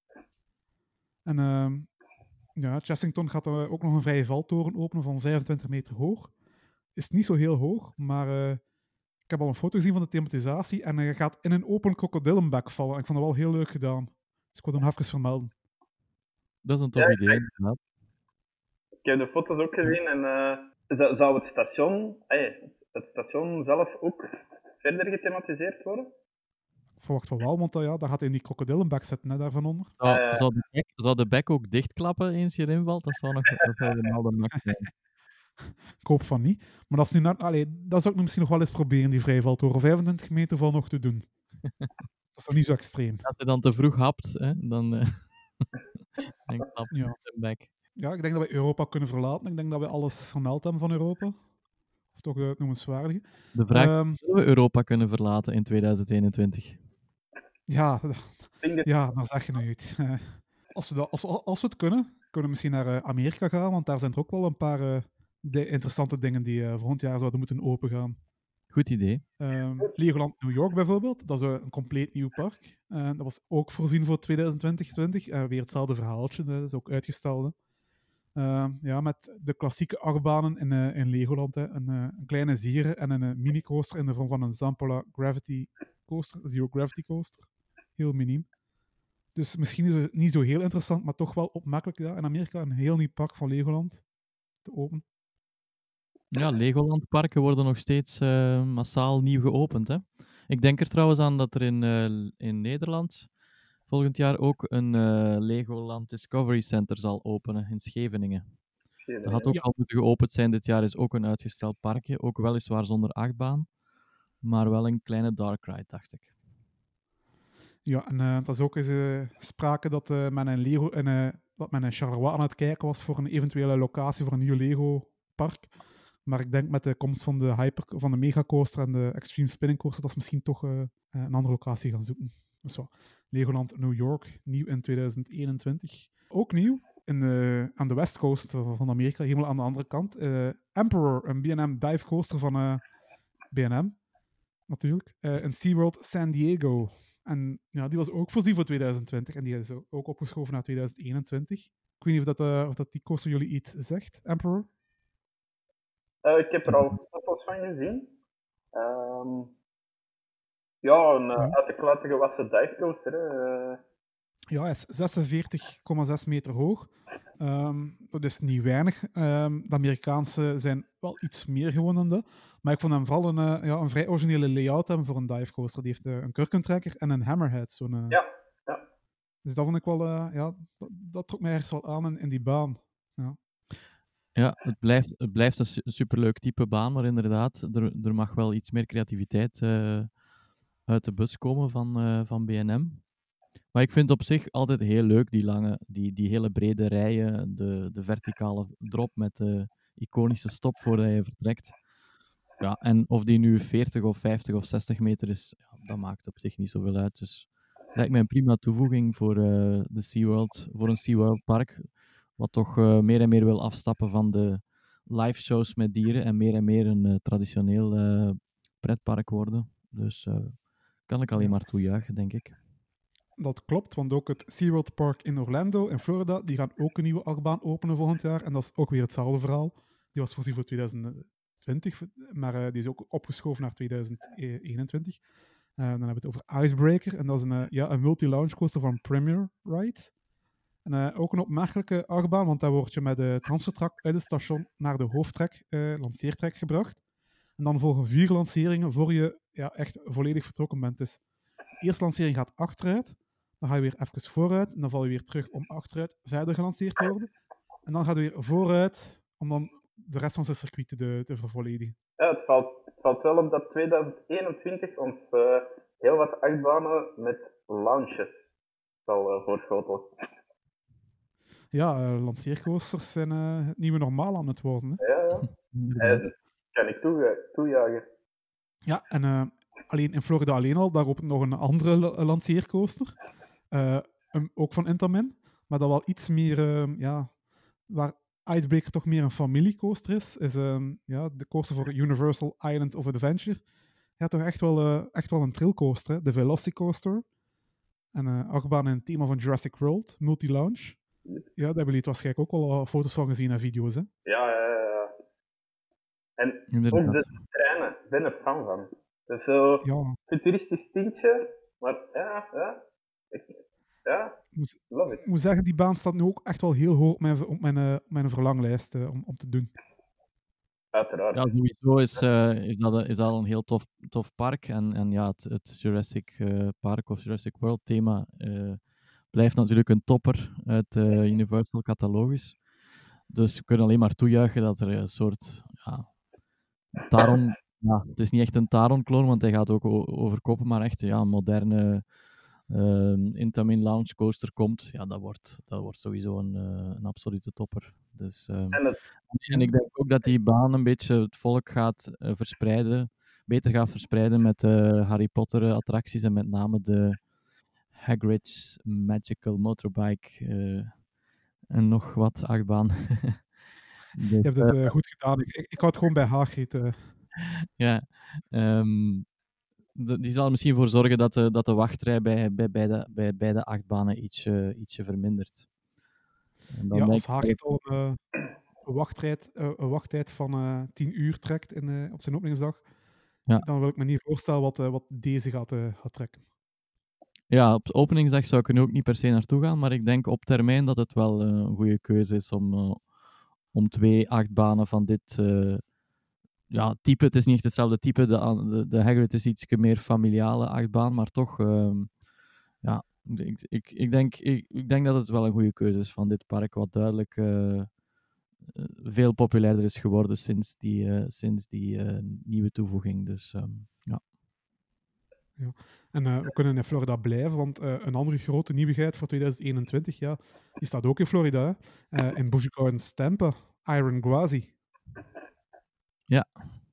B: En Chessington gaat ook nog een vrije valtoren openen van 25 meter hoog. Is niet zo heel hoog, maar ik heb al een foto gezien van de thematisatie en je gaat in een open krokodillenbek vallen. Ik vond dat wel heel leuk gedaan. Dus ik wil hem even vermelden.
D: Dat is een tof idee, inderdaad.
C: Ik heb de foto's ook gezien en zou het station zelf ook verder gethematiseerd worden?
B: Ik verwacht van wel, want daar gaat hij in die krokodillenbek zitten, hè, daar van onder.
D: Zou de bek ook dichtklappen eens je erin valt? Dat zou helemaal de max zijn.
B: Ik hoop van niet. Maar dat is nu dat zou ik misschien nog wel eens proberen, die vrijvaltoren. 25 meter valt nog te doen. Dat is nog niet zo extreem.
D: Als je dan te vroeg hapt, hè, dan knapt
B: Ja.
D: het back.
B: Ja, ik denk dat we Europa kunnen verlaten. Ik denk dat we alles vermeld hebben van Europa. Of toch het noemenswaardige.
D: De vraag
B: Ehm,
D: is, zullen we Europa kunnen verlaten in 2021?
B: ja,
C: denk dat-
B: ja, daar zeg je nu iets. Als we het kunnen, kunnen we misschien naar Amerika gaan, want daar zijn er ook wel een paar interessante dingen die volgend jaar zouden moeten opengaan.
D: Goed idee.
B: Legoland New York bijvoorbeeld, dat is een compleet nieuw park. Dat was ook voorzien voor 2020. Weer hetzelfde verhaaltje, dat is ook uitgesteld. Hè. Ja, met de klassieke achtbanen in Legoland. Hè. Een kleine zieren en een mini-coaster in de vorm van een Zampola Gravity Coaster, Zero Gravity Coaster. Heel miniem. Dus misschien is het niet zo heel interessant, maar toch wel opmerkelijk. Ja, in Amerika een heel nieuw park van Legoland te openen.
D: Ja, Legoland-parken worden nog steeds massaal nieuw geopend. Hè? Ik denk er trouwens aan dat er in Nederland volgend jaar ook een Legoland Discovery Center zal openen in Scheveningen. Dat had ook
B: Ja.
D: al moeten geopend zijn dit jaar, is ook een uitgesteld parkje. Ook weliswaar zonder achtbaan, maar wel een kleine dark ride, dacht ik.
B: Ja, en het was ook eens sprake dat men in Charleroi aan het kijken was voor een eventuele locatie voor een nieuw Lego-park. Maar ik denk met de komst van de Megacoaster en de Extreme Spinning Coaster dat ze misschien toch een andere locatie gaan zoeken. Dus zo. Legoland New York, nieuw in 2021. Ook nieuw aan de West Coast van Amerika, helemaal aan de andere kant. Emperor, een B&M dive coaster van B&M, natuurlijk. In SeaWorld San Diego. En ja, die was ook voorzien voor 2020 en die is ook opgeschoven naar 2021. Ik weet niet of dat die coaster jullie iets zegt, Emperor?
C: Ik heb er al foto's van gezien. Ja, een uit de klatte gewassen divecoaster.
B: Ja, hij is 46,6 meter hoog. Dat is niet weinig. De Amerikaanse zijn wel iets meer gewoon dan dat. Maar ik vond hem vooral een vrij originele layout hebben voor een divecoaster. Die heeft een kurkentrekker en een hammerhead.
C: Ja.
B: Dus dat vond ik wel... dat trok mij ergens wel aan in die baan. Ja.
D: Ja, het blijft een superleuk type baan, maar inderdaad, er mag wel iets meer creativiteit uit de bus komen van B&M. Maar ik vind het op zich altijd heel leuk, die hele brede rijen, de verticale drop met de iconische stop voordat je vertrekt. Ja, en of die nu 40 of 50 of 60 meter is, ja, dat maakt op zich niet zoveel uit. Dus lijkt mij een prima toevoeging voor voor een SeaWorld park, wat toch meer en meer wil afstappen van de live shows met dieren en meer een traditioneel pretpark worden. Dus kan ik alleen maar toejuichen, denk ik.
B: Dat klopt, want ook het SeaWorld Park in Orlando, in Florida, die gaan ook een nieuwe achtbaan openen volgend jaar. En dat is ook weer hetzelfde verhaal. Die was voorzien voor 2020, maar die is ook opgeschoven naar 2021. Dan hebben we het over Icebreaker. En dat is een multi-launch coaster van Premier Ride. En ook een opmerkelijke achtbaan, want daar word je met de transfertrek uit het station naar de hoofdtrek, lanceertrek gebracht. En dan volgen 4 lanceringen voor je echt volledig vertrokken bent. Dus de eerste lancering gaat achteruit, dan ga je weer even vooruit, en dan val je weer terug om achteruit verder gelanceerd te worden. En dan gaat je weer vooruit, om dan de rest van zijn circuit te vervolledigen.
C: Ja, het valt wel op dat 2021 ons heel wat achtbanen met launches zal voorschotelen.
B: Ja, lanceercoasters zijn het nieuwe normaal aan het worden. Hè?
C: Ja. Kan ik toejuichen. Ja,
B: en alleen in Florida alleen al, daar opent nog een andere lanceercoaster. Ook van Intamin, maar dat wel iets meer, waar Icebreaker toch meer een familiecoaster is de coaster voor Universal Island of Adventure. Ja, toch echt wel een trillcoaster, hè? De Velocicoaster. En achtbaan in het thema van Jurassic World, multi-launch. Ja, daar hebben jullie het waarschijnlijk ook wel foto's van gezien en video's, hè?
C: Ja. En
D: Inderdaad.
C: ook de treinen, ik ben er fan van. Het is zo futuristisch tintje, maar love it.
B: Ik moet zeggen, die baan staat nu ook echt wel heel hoog op mijn verlanglijst om te doen.
C: Uiteraard.
D: Ja, sowieso is dat een heel tof park. En ja, het Jurassic Park of Jurassic World thema blijft natuurlijk een topper uit Universal catalogus. Dus we kunnen alleen maar toejuichen dat er een soort... Ja, Ja, het is niet echt een Taron-kloon, want hij gaat ook over koppen, maar echt een moderne Intamin Lounge Coaster komt, ja, dat wordt sowieso een absolute topper. Dus, en ik denk ook dat die baan een beetje het volk gaat verspreiden, beter gaat verspreiden met Harry Potter attracties en met name de Hagrid's Magical Motorbike en nog wat achtbaan. Dus,
B: Je hebt het goed gedaan. Ik hou het gewoon bij Hagrid.
D: ja, die zal er misschien voor zorgen dat de wachtrij bij beide achtbanen ietsje vermindert. En dan
B: Ja,
D: denk
B: als
D: ik dat
B: Hagrid al een wachttijd van 10 uur trekt op zijn openingsdag,
D: Ja.
B: dan wil ik me niet voorstellen wat deze gaat trekken.
D: Ja, op de openingsdag zou ik er nu ook niet per se naartoe gaan, maar ik denk op termijn dat het wel een goede keuze is om 2 achtbanen van dit type. Het is niet echt hetzelfde type. De Hagrid is iets meer familiale achtbaan, maar toch, ja, ik denk dat het wel een goede keuze is van dit park, wat duidelijk veel populairder is geworden sinds die nieuwe toevoeging. Dus ja.
B: Ja. En we kunnen in Florida blijven, want een andere grote nieuwigheid voor 2021, ja, die staat ook in Florida. In Busch Gardens Tampa, Iron Gwazi.
D: Ja.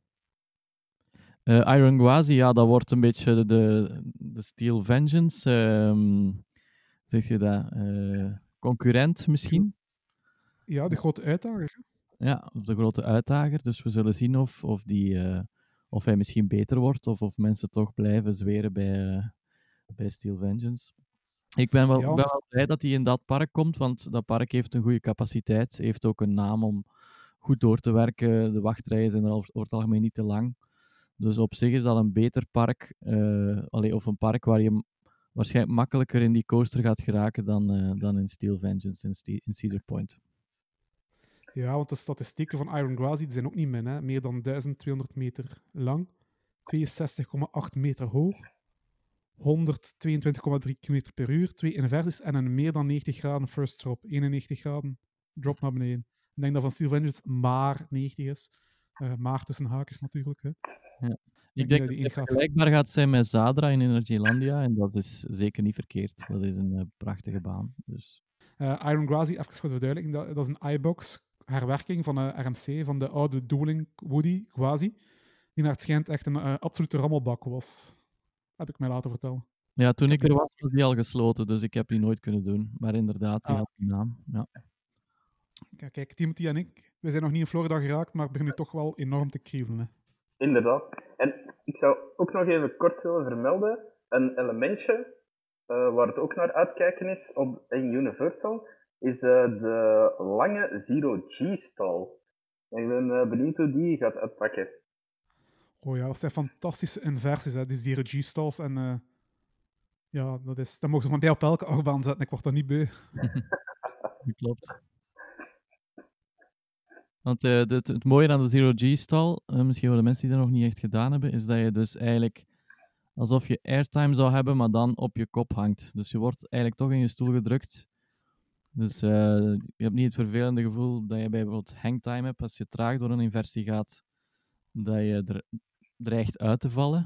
D: Iron Gwazi, ja, dat wordt een beetje de Steel Vengeance. Zeg je dat? Concurrent misschien?
B: Ja, de grote uitdager.
D: Ja, de grote uitdager. Dus we zullen zien of hij misschien beter wordt of mensen toch blijven zweren bij Steel Vengeance. Ik ben wel blij dat hij in dat park komt, want dat park heeft een goede capaciteit. Heeft ook een naam om goed door te werken. De wachtrijen zijn er over het algemeen niet te lang. Dus op zich is dat een beter park, of een park waar je waarschijnlijk makkelijker in die coaster gaat geraken dan in Steel Vengeance in Cedar Point.
B: Ja, want de statistieken van Iron Gwazi zijn ook niet min. Hè? Meer dan 1200 meter lang, 62,8 meter hoog, 122,3 km per uur, 2 inversies en een meer dan 90 graden first drop. 91 graden drop naar beneden. Ik denk dat van Steel Vengeance maar 90 is. Maar tussen haakjes natuurlijk. Hè.
D: Ja. Ik denk dat het vergelijkbaar gaat zijn met Zadra in Energylandia en dat is zeker niet verkeerd. Dat is een prachtige baan. Dus.
B: Iron Gwazi, even voor verduidelijking, dat is een iBox herwerking van RMC, van de oude Dueling Woody Gwazi, die naar het schijnt echt een absolute rammelbak was. Heb ik mij laten vertellen.
D: Ja, toen ik er was die al gesloten, dus ik heb die nooit kunnen doen. Maar inderdaad, die had die naam. Ja.
B: Kijk, Timothy en ik, we zijn nog niet in Florida geraakt, maar beginnen toch wel enorm te kriebelen. Hè.
C: Inderdaad. En ik zou ook nog even kort willen vermelden, een elementje waar het ook naar uitkijken is in Universal, is de lange Zero G-stall. Ik ben benieuwd hoe die gaat uitpakken.
B: Oh ja, dat zijn fantastische inversies, hè, die Zero G-stalls. En ja, dat mogen ze van bij op elke achtbaan zetten. Ik word daar niet beu.
D: Dat klopt. Want het mooie aan de Zero G-stall, misschien voor de mensen die dat nog niet echt gedaan hebben, is dat je dus eigenlijk alsof je airtime zou hebben, maar dan op je kop hangt. Dus je wordt eigenlijk toch in je stoel gedrukt. Dus je hebt niet het vervelende gevoel dat je bijvoorbeeld hangtime hebt als je traag door een inversie gaat, dat je dreigt uit te vallen.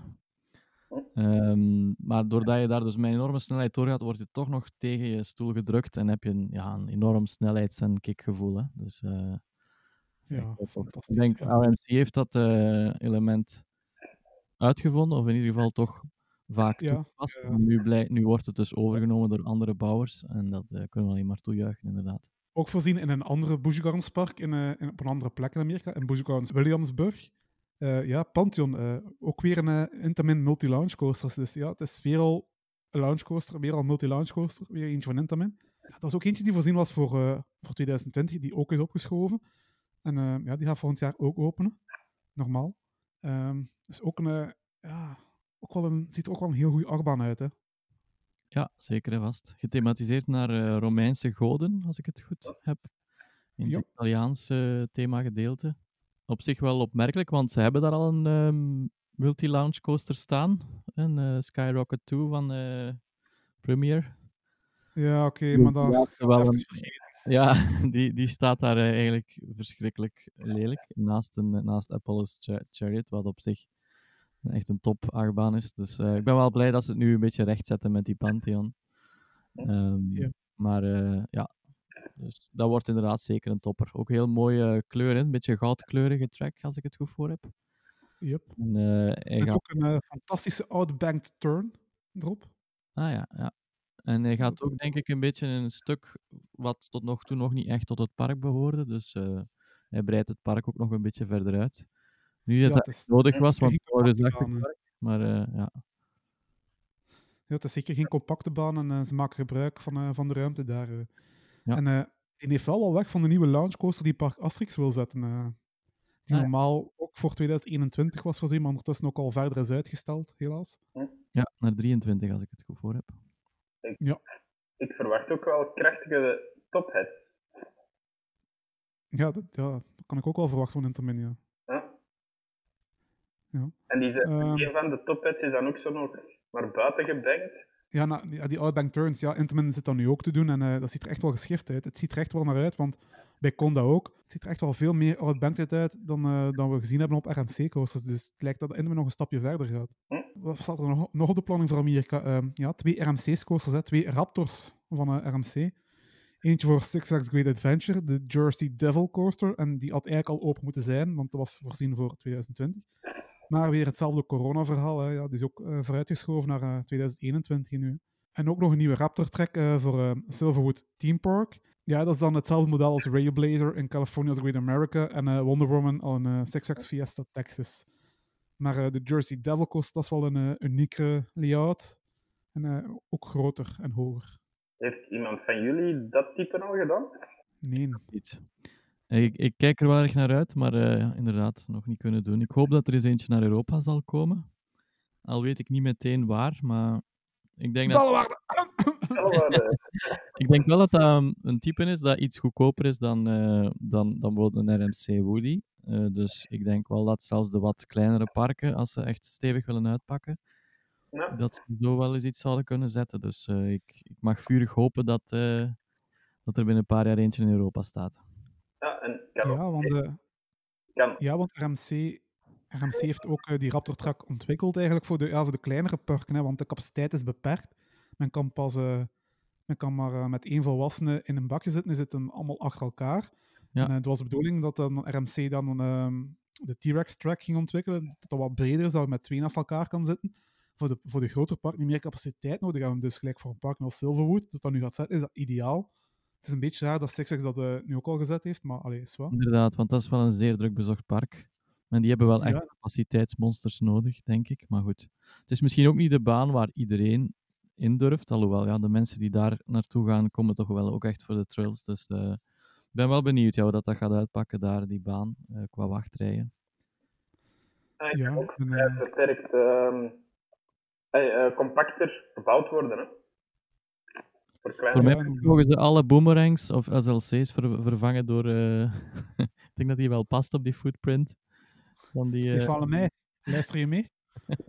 D: Maar doordat je daar dus met enorme snelheid doorgaat, word je toch nog tegen je stoel gedrukt en heb je een enorm snelheids- en kickgevoel. Hè? Dus,
B: ja, fantastisch.
D: Ik denk, RMC heeft dat element uitgevonden, of in ieder geval toch vaak toegepast. Nu wordt het dus overgenomen door andere bouwers en dat kunnen we alleen maar toejuichen, inderdaad.
B: Ook voorzien in een andere Busch Gardens park op een andere plek in Amerika, in Busch Gardens Williamsburg. Pantheon, ook weer een Intamin multi-launch coasters. Dus ja, het is weer al een launch coaster, weer al een multi-launch coaster, weer eentje van Intamin. Ja, dat is ook eentje die voorzien was voor 2020, die ook is opgeschoven. En die gaat volgend jaar ook openen, normaal. Dus ook ziet er ook wel een heel goede achtbaan uit, hè.
D: Ja, zeker en vast. Gethematiseerd naar Romeinse goden, als ik het goed heb. In het Italiaanse themagedeelte. Op zich wel opmerkelijk, want ze hebben daar al een multi-launch coaster staan. Een Skyrocket 2 van Premier.
B: Ja, oké, maar daar even vergeten.
D: Ja, die staat daar eigenlijk verschrikkelijk lelijk. Naast Apollo's Chariot, wat op zich echt een top achtbaan is. Dus ik ben wel blij dat ze het nu een beetje rechtzetten met die Pantheon.
B: Ja.
D: Maar ja, dus dat wordt inderdaad zeker een topper. Ook heel mooie kleuren, een beetje goudkleurige track, als ik het goed voor heb.
B: Yep.
D: En, hij
B: En
D: gaat...
B: ook een fantastische outbanked turn erop.
D: Ah ja, ja. En hij gaat ook, denk ik, een beetje in een stuk wat tot nog toe nog niet echt tot het park behoorde. Dus hij breidt het park ook nog een beetje verder uit. Nu dat
B: Ja,
D: dat
B: het
D: echt
B: is
D: nodig was,
B: zeker
D: want
B: geen
D: het was een
B: compacte
D: reusachtig
B: baan.
D: park. Maar ja.
B: Ja, het is zeker geen compacte baan en ze maken gebruik van de ruimte daar.
D: Ja.
B: En die heeft wel weg van de nieuwe launchcoaster die Park Asterix wil zetten. Die
D: Ah,
B: normaal ook voor 2021 was voorzien, maar ondertussen ook al verder is uitgesteld, helaas.
D: ja, naar 23 als ik het goed voor heb.
B: Ja.
C: Ik verwacht ook wel krachtige tophats.
B: Ja, dat kan ik ook wel verwachten van Intamin, ja.
C: Ja.
B: Ja.
C: En een van de tophats is dan ook zo nog naar buiten gebankt.
B: Ja, die outbank turns, ja, Intamin zit dat nu ook te doen en dat ziet er echt wel geschift uit. Het ziet er echt wel naar uit, want bij Conda ook. Het ziet er echt wel veel meer outbanked uit dan we gezien hebben op RMC-coasters. Dus het lijkt dat Intamin nog een stapje verder gaat. Wat staat er nog op de planning voor Amerika? Ja, 2 RMC-coasters, 2 Raptors van RMC. Eentje voor Six Flags Great Adventure, de Jersey Devil Coaster. En die had eigenlijk al open moeten zijn, want dat was voorzien voor 2020. Maar weer hetzelfde corona-verhaal. Hè. Ja, die is ook vooruitgeschoven naar 2021 nu. En ook nog een nieuwe Raptor-track voor Silverwood Theme Park. Ja, dat is dan hetzelfde model als Railblazer in California's Great America en Wonder Woman al in Six Flags Fiesta Texas. Maar de Jersey Devil Coaster, dat is wel een unieke layout. En ook groter en hoger.
C: Heeft iemand van jullie dat type al gedaan?
B: Nee.
D: Iets. Ik kijk er wel erg naar uit, maar ja, inderdaad, nog niet kunnen doen. Ik hoop dat er eens eentje naar Europa zal komen. Al weet ik niet meteen waar, maar ik denk dat... Ik denk wel dat dat een type is dat iets goedkoper is dan bijvoorbeeld een RMC Woody. Dus ik denk wel dat zelfs de wat kleinere parken, als ze echt stevig willen uitpakken,
C: Ja.
D: dat ze zo wel eens iets zouden kunnen zetten. Dus ik mag vurig hopen dat er binnen een paar jaar eentje in Europa staat.
C: Ja, en
B: want RMC heeft ook die Raptor Truck ontwikkeld eigenlijk voor de kleinere parken, hè, want de capaciteit is beperkt. Men kan maar met 1 volwassene in een bakje zitten. Die zitten allemaal achter elkaar.
D: Ja.
B: En het was de bedoeling dat dan RMC dan de T-Rex track ging ontwikkelen. Dat het wat breder is, dat je met 2 naast elkaar kan zitten. Voor de grotere park niet meer capaciteit nodig hebben. Dus gelijk voor een park als Silverwood, dat nu gaat zetten, is dat ideaal. Het is een beetje raar dat Six Flags dat nu ook al gezet heeft, maar allee, is wel.
D: Inderdaad, want dat is wel een zeer druk bezocht park. En die hebben wel echt capaciteitsmonsters nodig, denk ik. Maar goed, het is misschien ook niet de baan waar iedereen in durft. Alhoewel, ja, de mensen die daar naartoe gaan, komen toch wel ook echt voor de thrills. Dus ik ben wel benieuwd hoe dat gaat uitpakken daar, die baan, qua wachtrijen.
C: Ja, ook beperkt compacter gebouwd worden. Hè?
D: Voor mij mogen ze alle boomerangs of SLC's vervangen door... ik denk dat die wel past op die footprint. Van die,
B: Stefan Lemay, luister je mee?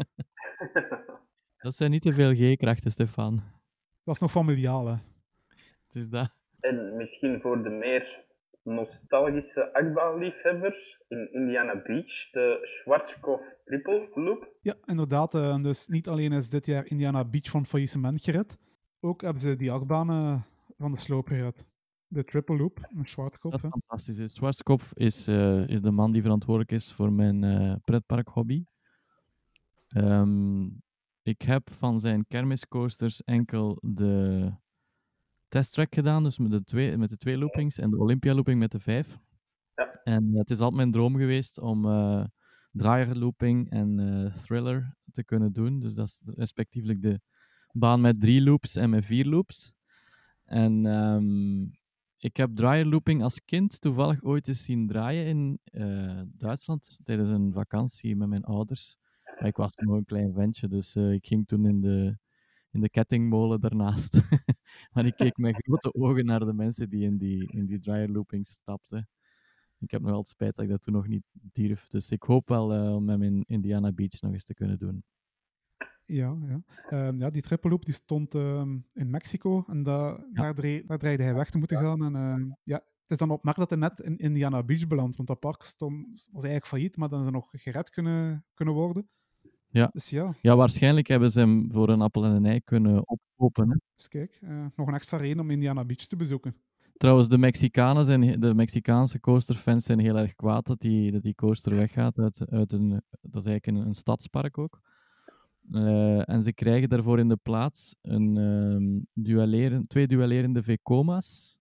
D: Dat zijn niet te veel G-krachten, Stefan.
B: Dat is nog familiaal, hè?
D: Het is dat.
C: En misschien voor de meer nostalgische achtbaanliefhebbers in Indiana Beach, de Schwarzkopf Triple Loop.
B: Ja, inderdaad. Dus niet alleen is dit jaar Indiana Beach van faillissement gered, ook hebben ze die achtbanen van de sloop gered. De Triple Loop, een Schwarzkopf.
D: Dat is fantastisch. Schwarzkopf is de man die verantwoordelijk is voor mijn pretparkhobby. Ik heb van zijn kermiscoasters enkel de testtrack gedaan, dus met de 2 loopings en de Olympia looping met de 5.
C: Ja.
D: En het is altijd mijn droom geweest om Draaier looping en Thriller te kunnen doen. Dus dat is respectievelijk de baan met 3 loops en met 4 loops. En ik heb Draaier looping als kind toevallig ooit eens zien draaien in Duitsland tijdens een vakantie met mijn ouders. Maar ik was nog een klein ventje, dus ik ging toen in de kettingmolen daarnaast. Maar ik keek met grote ogen naar de mensen die in die dryer looping stapten. Ik heb nog altijd spijt dat ik dat toen nog niet durf. Dus ik hoop wel om hem in Indiana Beach nog eens te kunnen doen.
B: Ja, die triple loop die stond in Mexico en daar dreigde hij weg te moeten gaan. En het is dan opmerkelijk dat hij net in Indiana Beach belandt, want dat park was eigenlijk failliet, maar dan is er nog gered kunnen worden.
D: Ja.
B: Dus ja,
D: Ja, waarschijnlijk hebben ze hem voor een appel en een ei kunnen opkopen. Hè.
B: dus kijk, nog een extra reden om Indiana Beach te bezoeken.
D: Trouwens, de Mexicaanse coasterfans zijn heel erg kwaad dat die coaster weggaat uit een... Dat is eigenlijk een stadspark ook. En ze krijgen daarvoor in de plaats twee duellerende Vekoma's.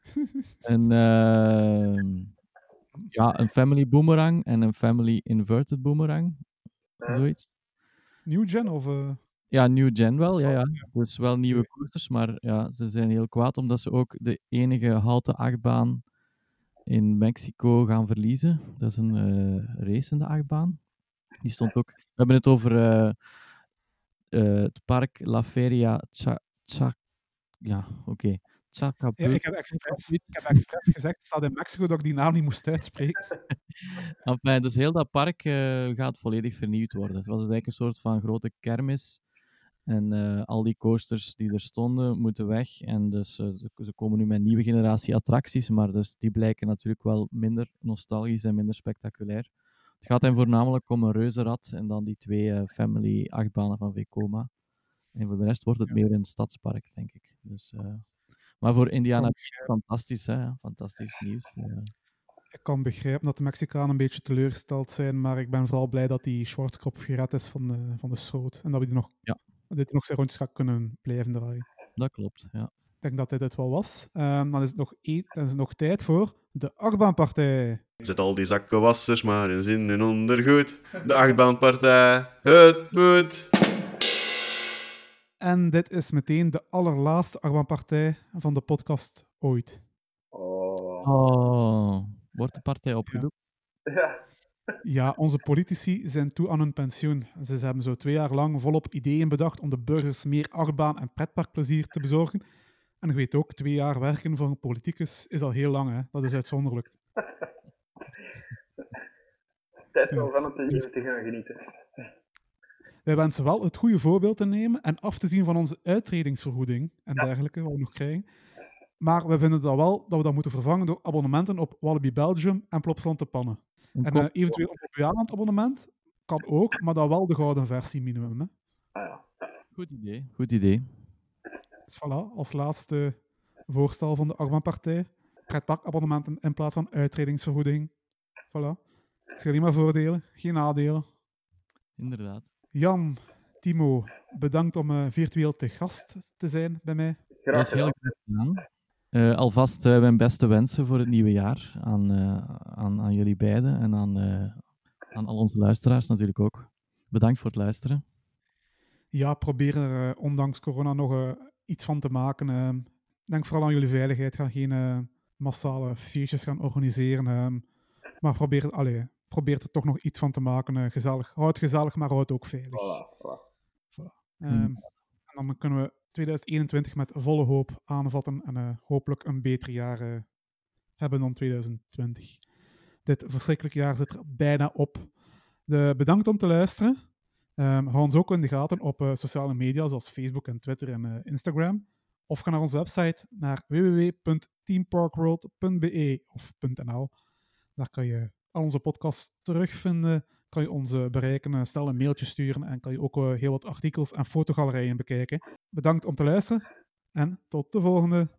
D: Een family boomerang en een family inverted boomerang. Zoiets.
B: New Gen of...
D: Ja, new gen wel, ja. Dus wel nieuwe coasters, maar ja, ze zijn heel kwaad omdat ze ook de enige houten achtbaan in Mexico gaan verliezen. Dat is een racende achtbaan. Die stond ook... We hebben het over het park La Feria Chacapulco.
B: Ja, ik heb expres gezegd, het staat in Mexico, dat ik die naam niet moest uitspreken.
D: Enfin, dus heel dat park gaat volledig vernieuwd worden. Het was eigenlijk een soort van grote kermis. En al die coasters die er stonden, moeten weg. En dus ze komen nu met een nieuwe generatie attracties, maar dus die blijken natuurlijk wel minder nostalgisch en minder spectaculair. Het gaat hem voornamelijk om een reuzenrad en dan die twee family achtbanen van Vekoma. En voor de rest wordt het meer een stadspark, denk ik. Dus, maar voor Indiana fantastisch, hè? Fantastisch nieuws.
B: Ik kan begrijpen dat de Mexicanen een beetje teleurgesteld zijn, maar ik ben vooral blij dat die Schwarzkopf gered is van de schroot. En dat we dit nog zijn rondjes gaan kunnen blijven draaien.
D: Dat klopt, ja.
B: Ik denk dat dit het wel was. Dan is het nog tijd voor de achtbaanpartij.
E: Zet al die zakkenwassers maar eens in hun ondergoed. De achtbaanpartij, het moet.
B: En dit is meteen de allerlaatste achtbaanpartij van de podcast ooit.
D: Oh, wordt de partij opgedoekt?
C: Ja.
B: Ja, onze politici zijn toe aan hun pensioen. Ze hebben zo 2 jaar lang volop ideeën bedacht om de burgers meer achtbaan- en pretparkplezier te bezorgen. En je weet ook, 2 jaar werken voor een politicus is al heel lang, hè? Dat is uitzonderlijk.
C: Tijd om van het leven te gaan genieten.
B: Wij wensen wel het goede voorbeeld te nemen en af te zien van onze uitredingsvergoeding en dergelijke, wat we nog krijgen. Maar we vinden dat wel dat we dat moeten vervangen door abonnementen op Walibi Belgium en Plopsaland te Pannen. En eventueel een Propialand abonnement kan ook, maar dan wel de gouden versie minimum. Hè.
D: Goed idee.
B: Dus voilà, als laatste voorstel van de achtbaanpartij. Pretparkabonnementen in plaats van uitredingsvergoeding. Voilà. Ik zie alleen maar voordelen, geen nadelen.
D: Inderdaad.
B: Jan, Timo, bedankt om virtueel te gast te zijn bij mij.
D: Dat is heel graag gedaan. Alvast mijn beste wensen voor het nieuwe jaar aan jullie beiden en aan al onze luisteraars natuurlijk ook. Bedankt voor het luisteren.
B: Ja, probeer er ondanks corona nog iets van te maken. Denk vooral aan jullie veiligheid. Ga geen massale feestjes gaan organiseren. Maar probeer er toch nog iets van te maken. Gezellig. Houd het gezellig, maar houd het ook veilig. Voilà. En dan kunnen we 2021 met volle hoop aanvatten en hopelijk een beter jaar hebben dan 2020. Dit verschrikkelijke jaar zit er bijna op. Bedankt om te luisteren. Hou ons ook in de gaten op sociale media zoals Facebook en Twitter en Instagram. Of ga naar onze website naar www.teamparkworld.be of .nl. Daar kan je al onze podcasts terugvinden, kan je ons bereiken, stel een mailtje sturen en kan je ook heel wat artikels en fotogalerijen bekijken. Bedankt om te luisteren en tot de volgende!